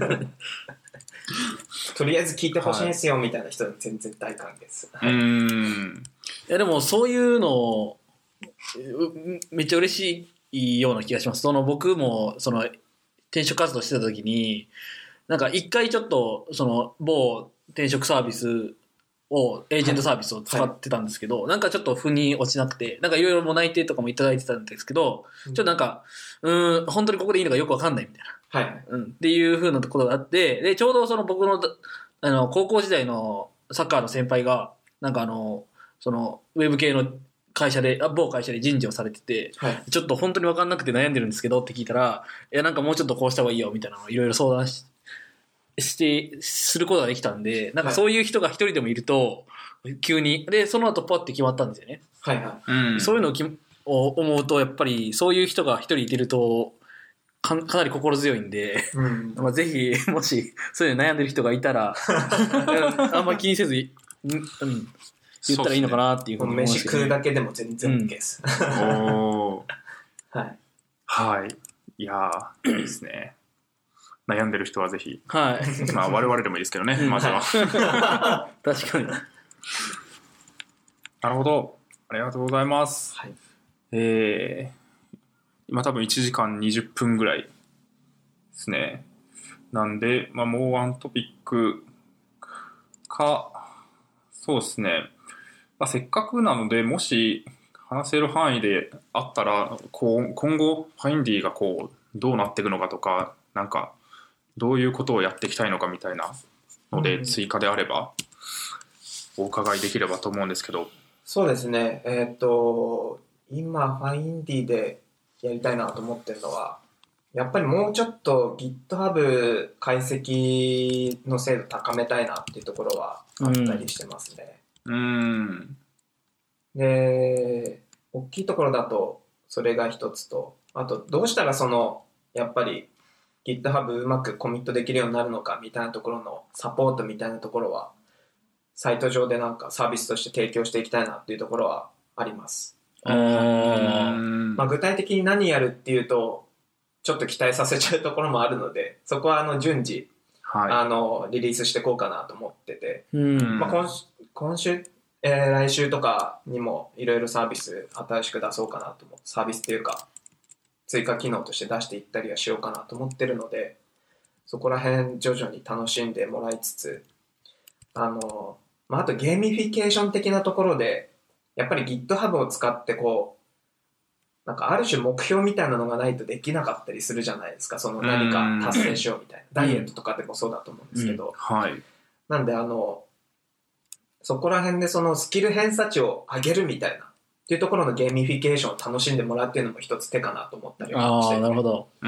とりあえず聞いてほしいんですよ、みたいな人に全然大歓迎です。 うーん。 いやでもそういうのめっちゃ嬉しいような気がします。その僕もその転職活動してた時になんか一回ちょっとその某転職サービスをエージェントサービスを使ってたんですけど、はいはい、なんかちょっと腑に落ちなくて、なんかいろいろも内定とかもいただいてたんですけど、うん、ちょっとなんかうーん本当にここでいいのかよくわかんないみたいな、はい、うん、っていう風なところがあって、でちょうどその僕のあの高校時代のサッカーの先輩がなんかあのそのウェブ系の会社で、あ某会社で人事をされてて、はい、ちょっと本当に分かんなくて悩んでるんですけどって聞いたら、いやなんかもうちょっとこうした方がいいよみたいなのをいろいろ相談し、してすることができたんで、なんかそういう人が一人でもいると、急に、で、その後パッて決まったんですよね。はいはい。うん、そういうのをきを思うと、やっぱりそういう人が一人いてると、か, かなり心強いんで、うんまあ、ぜひ、もし、そういうの悩んでる人がいたら、あんまり気にせず、うん、言ったらいいのかなっていうふうに思いますけど、ね、 飯食うだけでも全然 OK です。うん、おはい。はい。いやー、いいですね。悩んでる人はぜひ。はい。まあ、我々でもいいですけどね、まずは。 確かに。 なるほど。ありがとうございます。はい。えー、今多分いちじかんにじゅっぷんぐらいですね。なんで、まあ、もうワントピックか、そうですね。まあ、せっかくなので、もし話せる範囲であったら、こう今後、ファインディがこうどうなっていくのかとか、なんか、どういうことをやっていきたいのかみたいなので、追加であれば、お伺いできればと思うんですけど。 そうですね。えっと、今、ファインディでやりたいなと思ってるのは、やっぱりもうちょっと GitHub 解析の精度高めたいなっていうところはあったりしてますね。うん。で、大きいところだと、それが一つと、あと、どうしたらその、やっぱり GitHub うまくコミットできるようになるのかみたいなところのサポートみたいなところは、サイト上でなんかサービスとして提供していきたいなっていうところはあります。あまあ、具体的に何やるっていうと、ちょっと期待させちゃうところもあるので、そこはあの順次、はい、あのリリースしていこうかなと思ってて、うんまあ、今週、今週えー、来週とかにもいろいろサービス新しく出そうかなと思う。サービスっていうか、追加機能として出していったりはしようかなと思ってるので、そこら辺徐々に楽しんでもらいつつ、あの、まあ、あとゲーミフィケーション的なところで、やっぱり GitHub を使ってこう、なんかある種目標みたいなのがないとできなかったりするじゃないですか。その何か達成しようみたいな。ダイエットとかでもそうだと思うんですけど。うんはい、なんであの、そこら辺でそのスキル偏差値を上げるみたいなっていうところのゲーミフィケーションを楽しんでもらうっていうのも一つ手かなと思ったりはして、ね、ああ、なるほど。うん。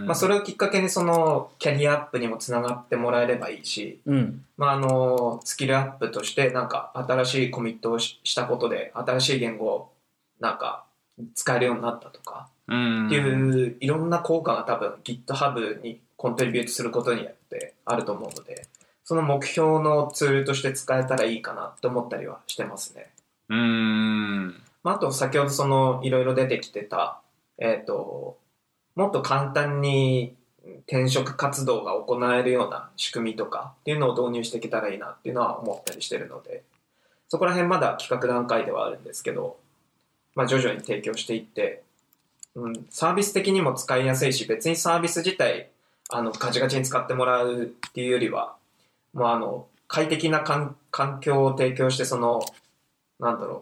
まあそれをきっかけにそのキャリアアップにもつながってもらえればいいし、うん。まああのスキルアップとしてなんか新しいコミットをしたことで新しい言語をなんか使えるようになったとか、うん。っていういろんな効果が多分 GitHub にコントリビュートすることによってあると思うので。その目標のツールとして使えたらいいかなと思ったりはしてますね。うーん。まあ、あと先ほどそのいろいろ出てきてた、えっと、もっと簡単に転職活動が行えるような仕組みとかっていうのを導入していけたらいいなっていうのは思ったりしてるので、そこら辺まだ企画段階ではあるんですけど、まあ徐々に提供していって、うん、サービス的にも使いやすいし、別にサービス自体あのガチガチに使ってもらうっていうよりは、もうあの快適な環境を提供してそのなんだろう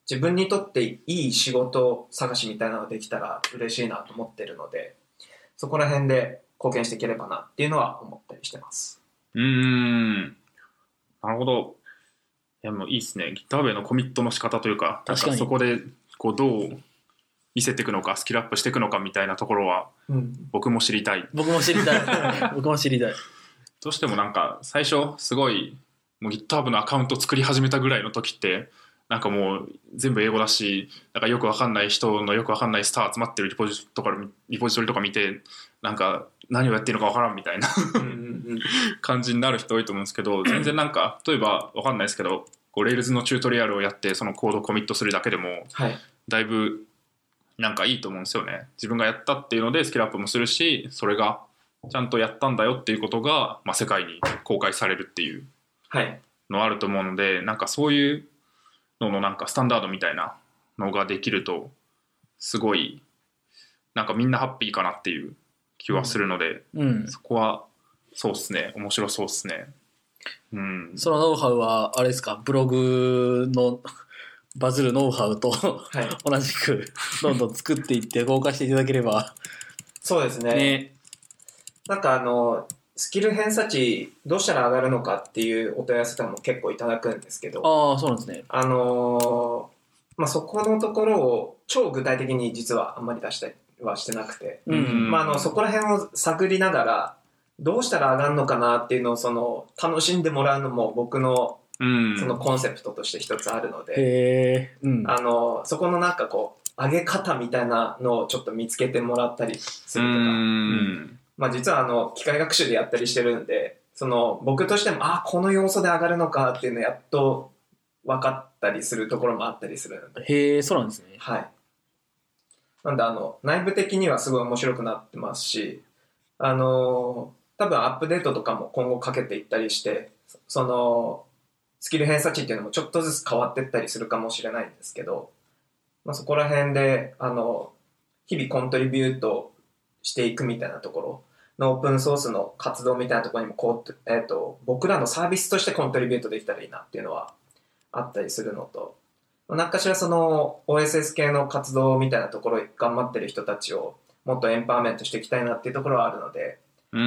自分にとっていい仕事探しみたいなのができたら嬉しいなと思ってるので、そこら辺で貢献していければなっていうのは思ったりしてます。 うーん。なるほど。いや、もういいですね。GitHub へのコミットの仕方というか、 確かになんかそこでこうどう見せていくのか、スキルアップしていくのかみたいなところは、僕も知りたい。 僕も知りたい。僕も知りたい。 どうしてもなんか最初すごいもう GitHub のアカウント作り始めたぐらいの時ってなんかもう全部英語だし、なんかよくわかんない人のよくわかんないスター集まってるリポジとかリポジトリとか見てなんか何をやってるのかわからんみたいな感じになる人多いと思うんですけど、全然なんか例えばわかんないですけど、こう Rails のチュートリアルをやってそのコードをコミットするだけでもだいぶなんかいいと思うんですよね。自分がやったっていうのでスキルアップもするし、それがちゃんとやったんだよっていうことが、まあ、世界に公開されるっていうのあると思うので、はい、なんかそういうののなんかスタンダードみたいなのができるとすごいなんかみんなハッピーかなっていう気はするので、うん、そこはそうっすね、面白そうっすね。うん、 そのノウハウはあれですか、ブログのバズるノウハウと、はい、同じくどんどん作っていって公開していただければ。 そうですね。ね、なんかあのスキル偏差値どうしたら上がるのかっていうお問い合わせとかも結構いただくんですけど、 ああ、そうなんですね。 あのーまあ、そこのところを超具体的に実はあんまり出したりはしてなくて、うんまあ、あのそこら辺を探りながらどうしたら上がるのかなっていうのをその楽しんでもらうのも僕のそのコンセプトとして一つあるので、へー、うん、あのそこのなんかこう上げ方みたいなのをちょっと見つけてもらったりするとか、うんまあ、実はあの機械学習でやったりしてるんで、その僕としてもあこの要素で上がるのかっていうのやっと分かったりするところもあったりするので。 へえ、そうなんですね。 はい。なんであの内部的にはすごい面白くなってますし、あの多分アップデートとかも今後かけていったりして、そのスキル偏差値っていうのもちょっとずつ変わっていったりするかもしれないんですけど、まあ、そこら辺であの日々コントリビュートしていくみたいなところのオープンソースの活動みたいなところにもこう、えーと、僕らのサービスとしてコントリビュートできたらいいなっていうのはあったりするのと、何かしらその オーエスエス 系の活動みたいなところ頑張ってる人たちをもっとエンパワーメントしていきたいなっていうところはあるので、 うん、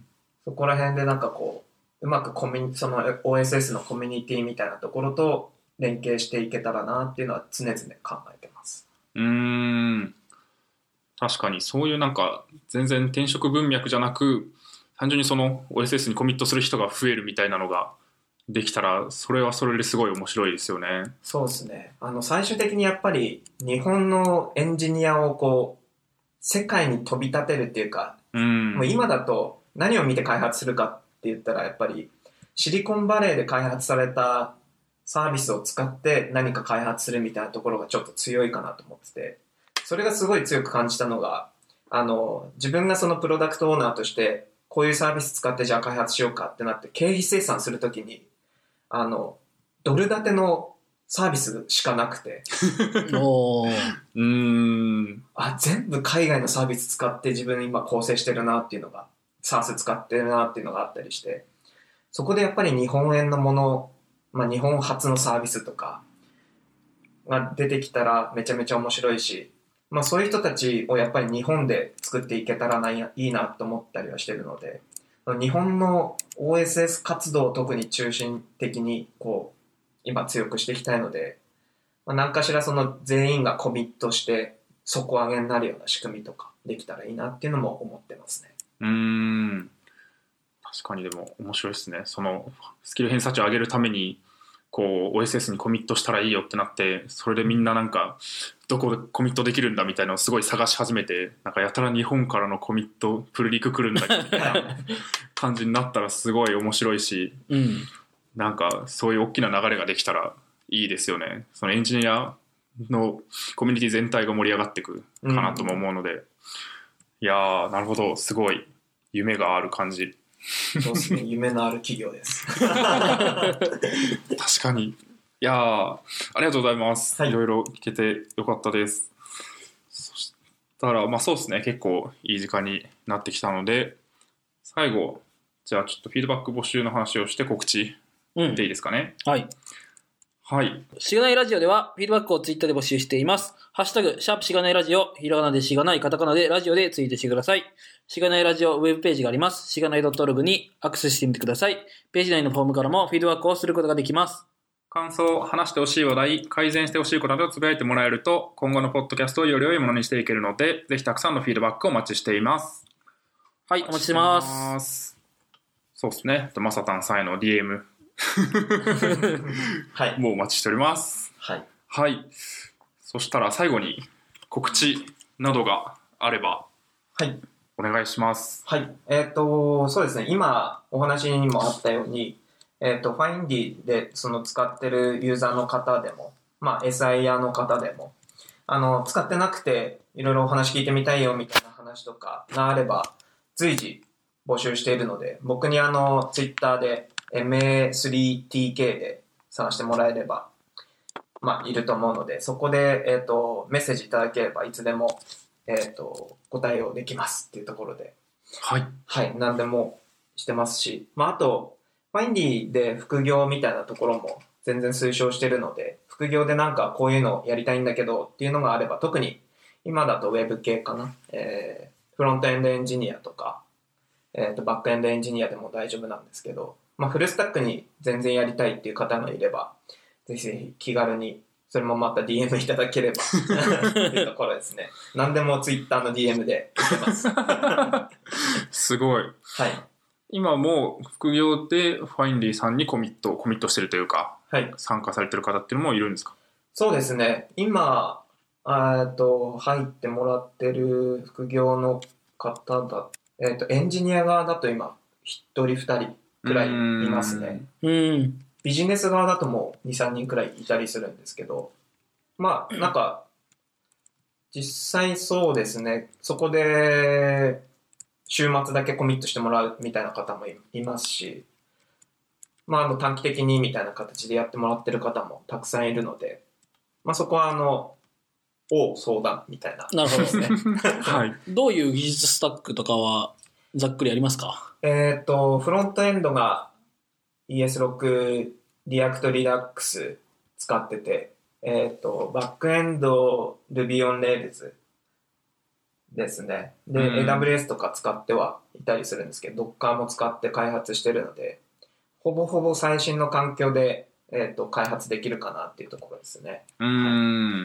そこら辺でなんかこううまくコミュその オーエスエス のコミュニティみたいなところと連携していけたらなっていうのは常々考えてます。 うーん、確かにそういうなんか全然転職文脈じゃなく単純にその オーエスエス にコミットする人が増えるみたいなのができたらそれはそれですごい面白いですよね。 そうですね。あの最終的にやっぱり日本のエンジニアをこう世界に飛び立てるっていうか、うん、もう今だと何を見て開発するかって言ったらやっぱりシリコンバレーで開発されたサービスを使って何か開発するみたいなところがちょっと強いかなと思ってて、それがすごい強く感じたのが、あの自分がそのプロダクトオーナーとしてこういうサービス使ってじゃあ開発しようかってなって経費精算するときにあのドル建てのサービスしかなくておーうーんあ全部海外のサービス使って自分今構成してるなっていうのが SaaS 使ってるなっていうのがあったりして、そこでやっぱり日本円のもの、まあ、日本初のサービスとかが出てきたらめちゃめちゃ面白いし、まあ、そういう人たちをやっぱり日本で作っていけたらないいいなと思ったりはしてるので、日本の オーエスエス 活動を特に中心的にこう今強くしていきたいので、まあ、何かしらその全員がコミットして底上げになるような仕組みとかできたらいいなっていうのも思ってますね。 うーん、確かにでも面白いですね。そのスキル偏差値を上げるためにこう オーエスエス にコミットしたらいいよってなって、それでみんななんかどこでコミットできるんだみたいなのをすごい探し始めて、なんかやたら日本からのコミットプルリク来るんだみたいな感じになったらすごい面白いし、うん、なんかそういう大きな流れができたらいいですよね。そのエンジニアのコミュニティ全体が盛り上がっていくかなとも思うので、うん、いやーなるほど、すごい夢がある感じ。 そうですね、夢のある企業です確かに。いやーありがとうございます、はい、いろいろ聞けてよかったです。そしたらまあそうですね、結構いい時間になってきたので、最後じゃあちょっとフィードバック募集の話をして告知でいいですかね、 うん、はい。 はい。 しがないラジオでは、フィードバックをツイッターで募集しています。ハッシュタグ、シャープしがないラジオ、ひらがなでしがない、カタカナでラジオでツイートしてください。しがないラジオウェブページがあります。しがない .org にアクセスしてみてください。ページ内のフォームからもフィードバックをすることができます。 感想、話してほしい話題、改善してほしいことなどをつぶやいてもらえると、今後のポッドキャストをより良いものにしていけるので、ぜひたくさんのフィードバックをお待ちしています。 はい、お待ちしてます。 そうですね。マサタンさんへの ディーエムはい。 もうお待ちしております。 はい。 はい。そしたら最後に告知などがあれば、 はい。 お願いします。 はい。えっと、そうですね。今お話にもあったように、えっと、ファインディでその使ってるユーザーの方でも、まあ、エスアイ の方でも、あの、使ってなくて、いろいろお話聞いてみたいよみたいな話とかがあれば、随時募集しているので、僕にあの、ツイッターで エムエースリーティーケー で探してもらえれば、まあ、いると思うので、そこで、えっと、メッセージいただければ、いつでも、えっと、ご対応できますっていうところで、 はい。 はい、何でもしてますし、まあ、あと、ファインディで副業みたいなところも全然推奨してるので、副業でなんかこういうのやりたいんだけどっていうのがあれば、特に今だとウェブ系かな、えー、フロントエンドエンジニアとか、えーと、バックエンドエンジニアでも大丈夫なんですけど、まあ、フルスタックに全然やりたいっていう方がいれば、ぜひぜひ気軽に、それもまた ディーエム いただければっていうところですね。何でも Twitter の ディーエム でいけます。 すごい。 はい。今もう副業でファインディさんにコミット、コミットしてるというか、はい、参加されてる方っていうのもいるんですか？ そうですね。今、えっと、入ってもらってる副業の方だ、えっと、エンジニア側だと今、一人二人くらいいますね。 うん。 ビジネス側だともうに、さんにんくらいいたりするんですけど、まあ、なんか、実際そうですね、そこで、週末だけコミットしてもらうみたいな方もいますし、まあ、あの短期的にみたいな形でやってもらってる方もたくさんいるので、まあ、そこはあの、を相談みたいな。 なるほどですね。 はい。 どういう技術スタックとかはざっくりありますか？ えっと、フロントエンドが イーエスろく、リアクトリダックス使ってて、えっと、バックエンド Ruby on Railsですね。で、うん、エーダブリューエス とか使ってはいたりするんですけど、Docker も使って開発してるので、ほぼほぼ最新の環境で、えっと、開発できるかなっていうところですね。 うーん。 はい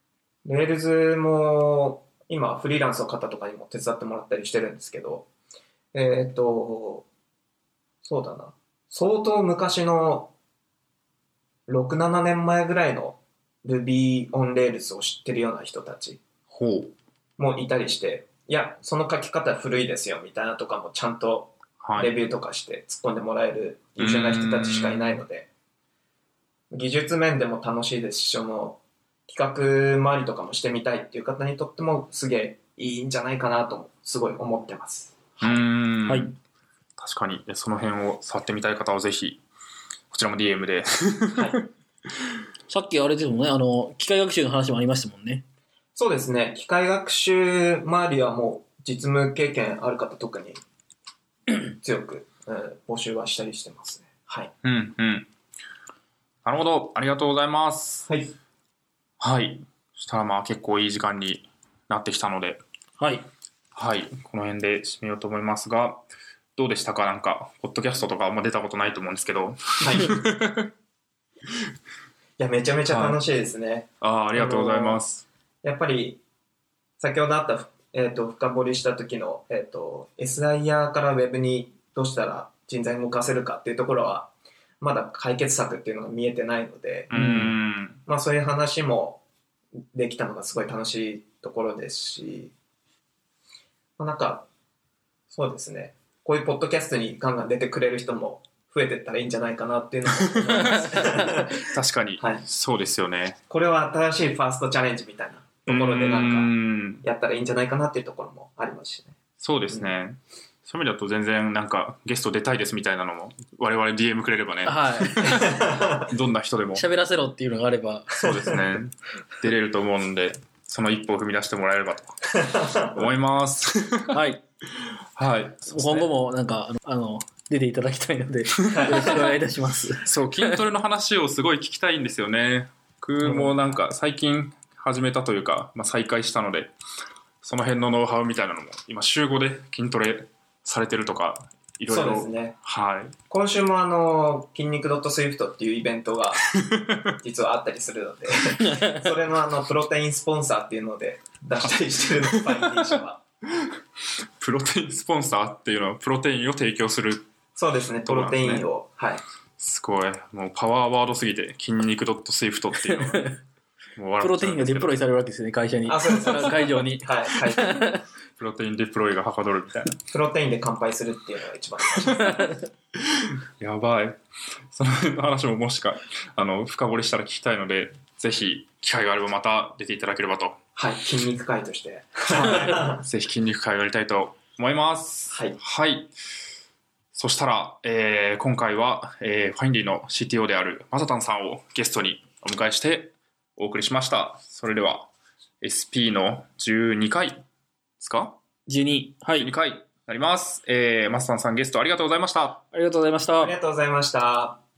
、Rails も今フリーランスの方とかにも手伝ってもらったりしてるんですけど、えっと、そうだな。相当昔のろく、ななねんまえぐらいの Ruby on Rails を知ってるような人たち。 ほう。 もいたりして、いや、その書き方古いですよみたいなとかもちゃんとレビューとかして突っ込んでもらえる優秀な人たちしかいないので、技術面でも楽しいですし、その企画周りとかもしてみたいっていう方にとってもすげえいいんじゃないかなとすごい思ってます。 うーん、 はい。 確かにその辺を触ってみたい方はぜひこちらも ディーエム で、 はい、さっきあれですもんね、あの機械学習の話もありましたもんね。 そうですね。機械学習周りはもう実務経験ある方特に強く、うん、募集はしたりしてますね。はい。 うんうん。なるほど。ありがとうございます。 はい。 はい。そしたらまあ結構いい時間になってきたので、 はい。 はい。この辺で締めようと思いますが、どうでしたか？なんか、ポッドキャストとかあんま出たことないと思うんですけど。 はい。いや、めちゃめちゃ楽しいですね。 はい、ああ、ありがとうございます。 やっぱり先ほどあった、えー、と深掘りした時の、えー、と エスアイ からウェブにどうしたら人材を動かせるかっていうところはまだ解決策っていうのが見えてないので、 うん、 まあ、そういう話もできたのがすごい楽しいところですし、まあ、なんかそうですね、こういうポッドキャストにガンガン出てくれる人も増えていったらいいんじゃないかなっていうのも思います確かに、はい、そうですよね。 これは新しいファーストチャレンジみたいなところでなんかやったらいいんじゃないかなっていうところもありますしね。 そうですね、うん、そういう意味だと全然なんかゲスト出たいですみたいなのも我々 ディーエム くれればね、 はい、 どんな人でも喋らせろっていうのがあればそうですね出れると思うので、その一歩を踏み出してもらえればと思いますはい、 はい、 今後もなんかあのあの出ていただきたいので、よろしくお願いいたします。 そう、筋トレの話をすごい聞きたいんですよね。僕もなんか最近始めたというか、まあ、再開したので、その辺のノウハウみたいなのも、今週ごで筋トレされてるとか、いろいろ。 そうですね。 はい。 今週もあの、筋肉 .swift っていうイベントが実はあったりするので、それのあの、プロテインスポンサーっていうので出したりしてるの、ファインディー社は。 プロテインスポンサーっていうのは、プロテインを提供する。 そうですね、プロテインを。はい。 すごい。もうパワーワードすぎて、筋肉 .swift っていうのは。 プロテインがデプロイされるわけですよね、会社に。 あ、そうです。 会場に。 はい、会場に。 プロテインデプロイがはかどるみたいな。 プロテインで乾杯するっていうのが一番やばい。その辺の話ももしか、あの、深掘りしたら聞きたいので、ぜひ、機会があればまた出ていただければと。 はい、筋肉会として。 ぜひ筋肉会をやりたいと思います。 はい。 はい。そしたら、えー、今回は、えー、ファインディの シーティーオー であるマサタンさんをゲストにお迎えしてお送りしました。それでは、エスピー のじゅうにかいですか ? じゅうに。はい。 じゅうにかいになります。えー、マサタンさんゲストありがとうございました。 ありがとうございました。 ありがとうございました。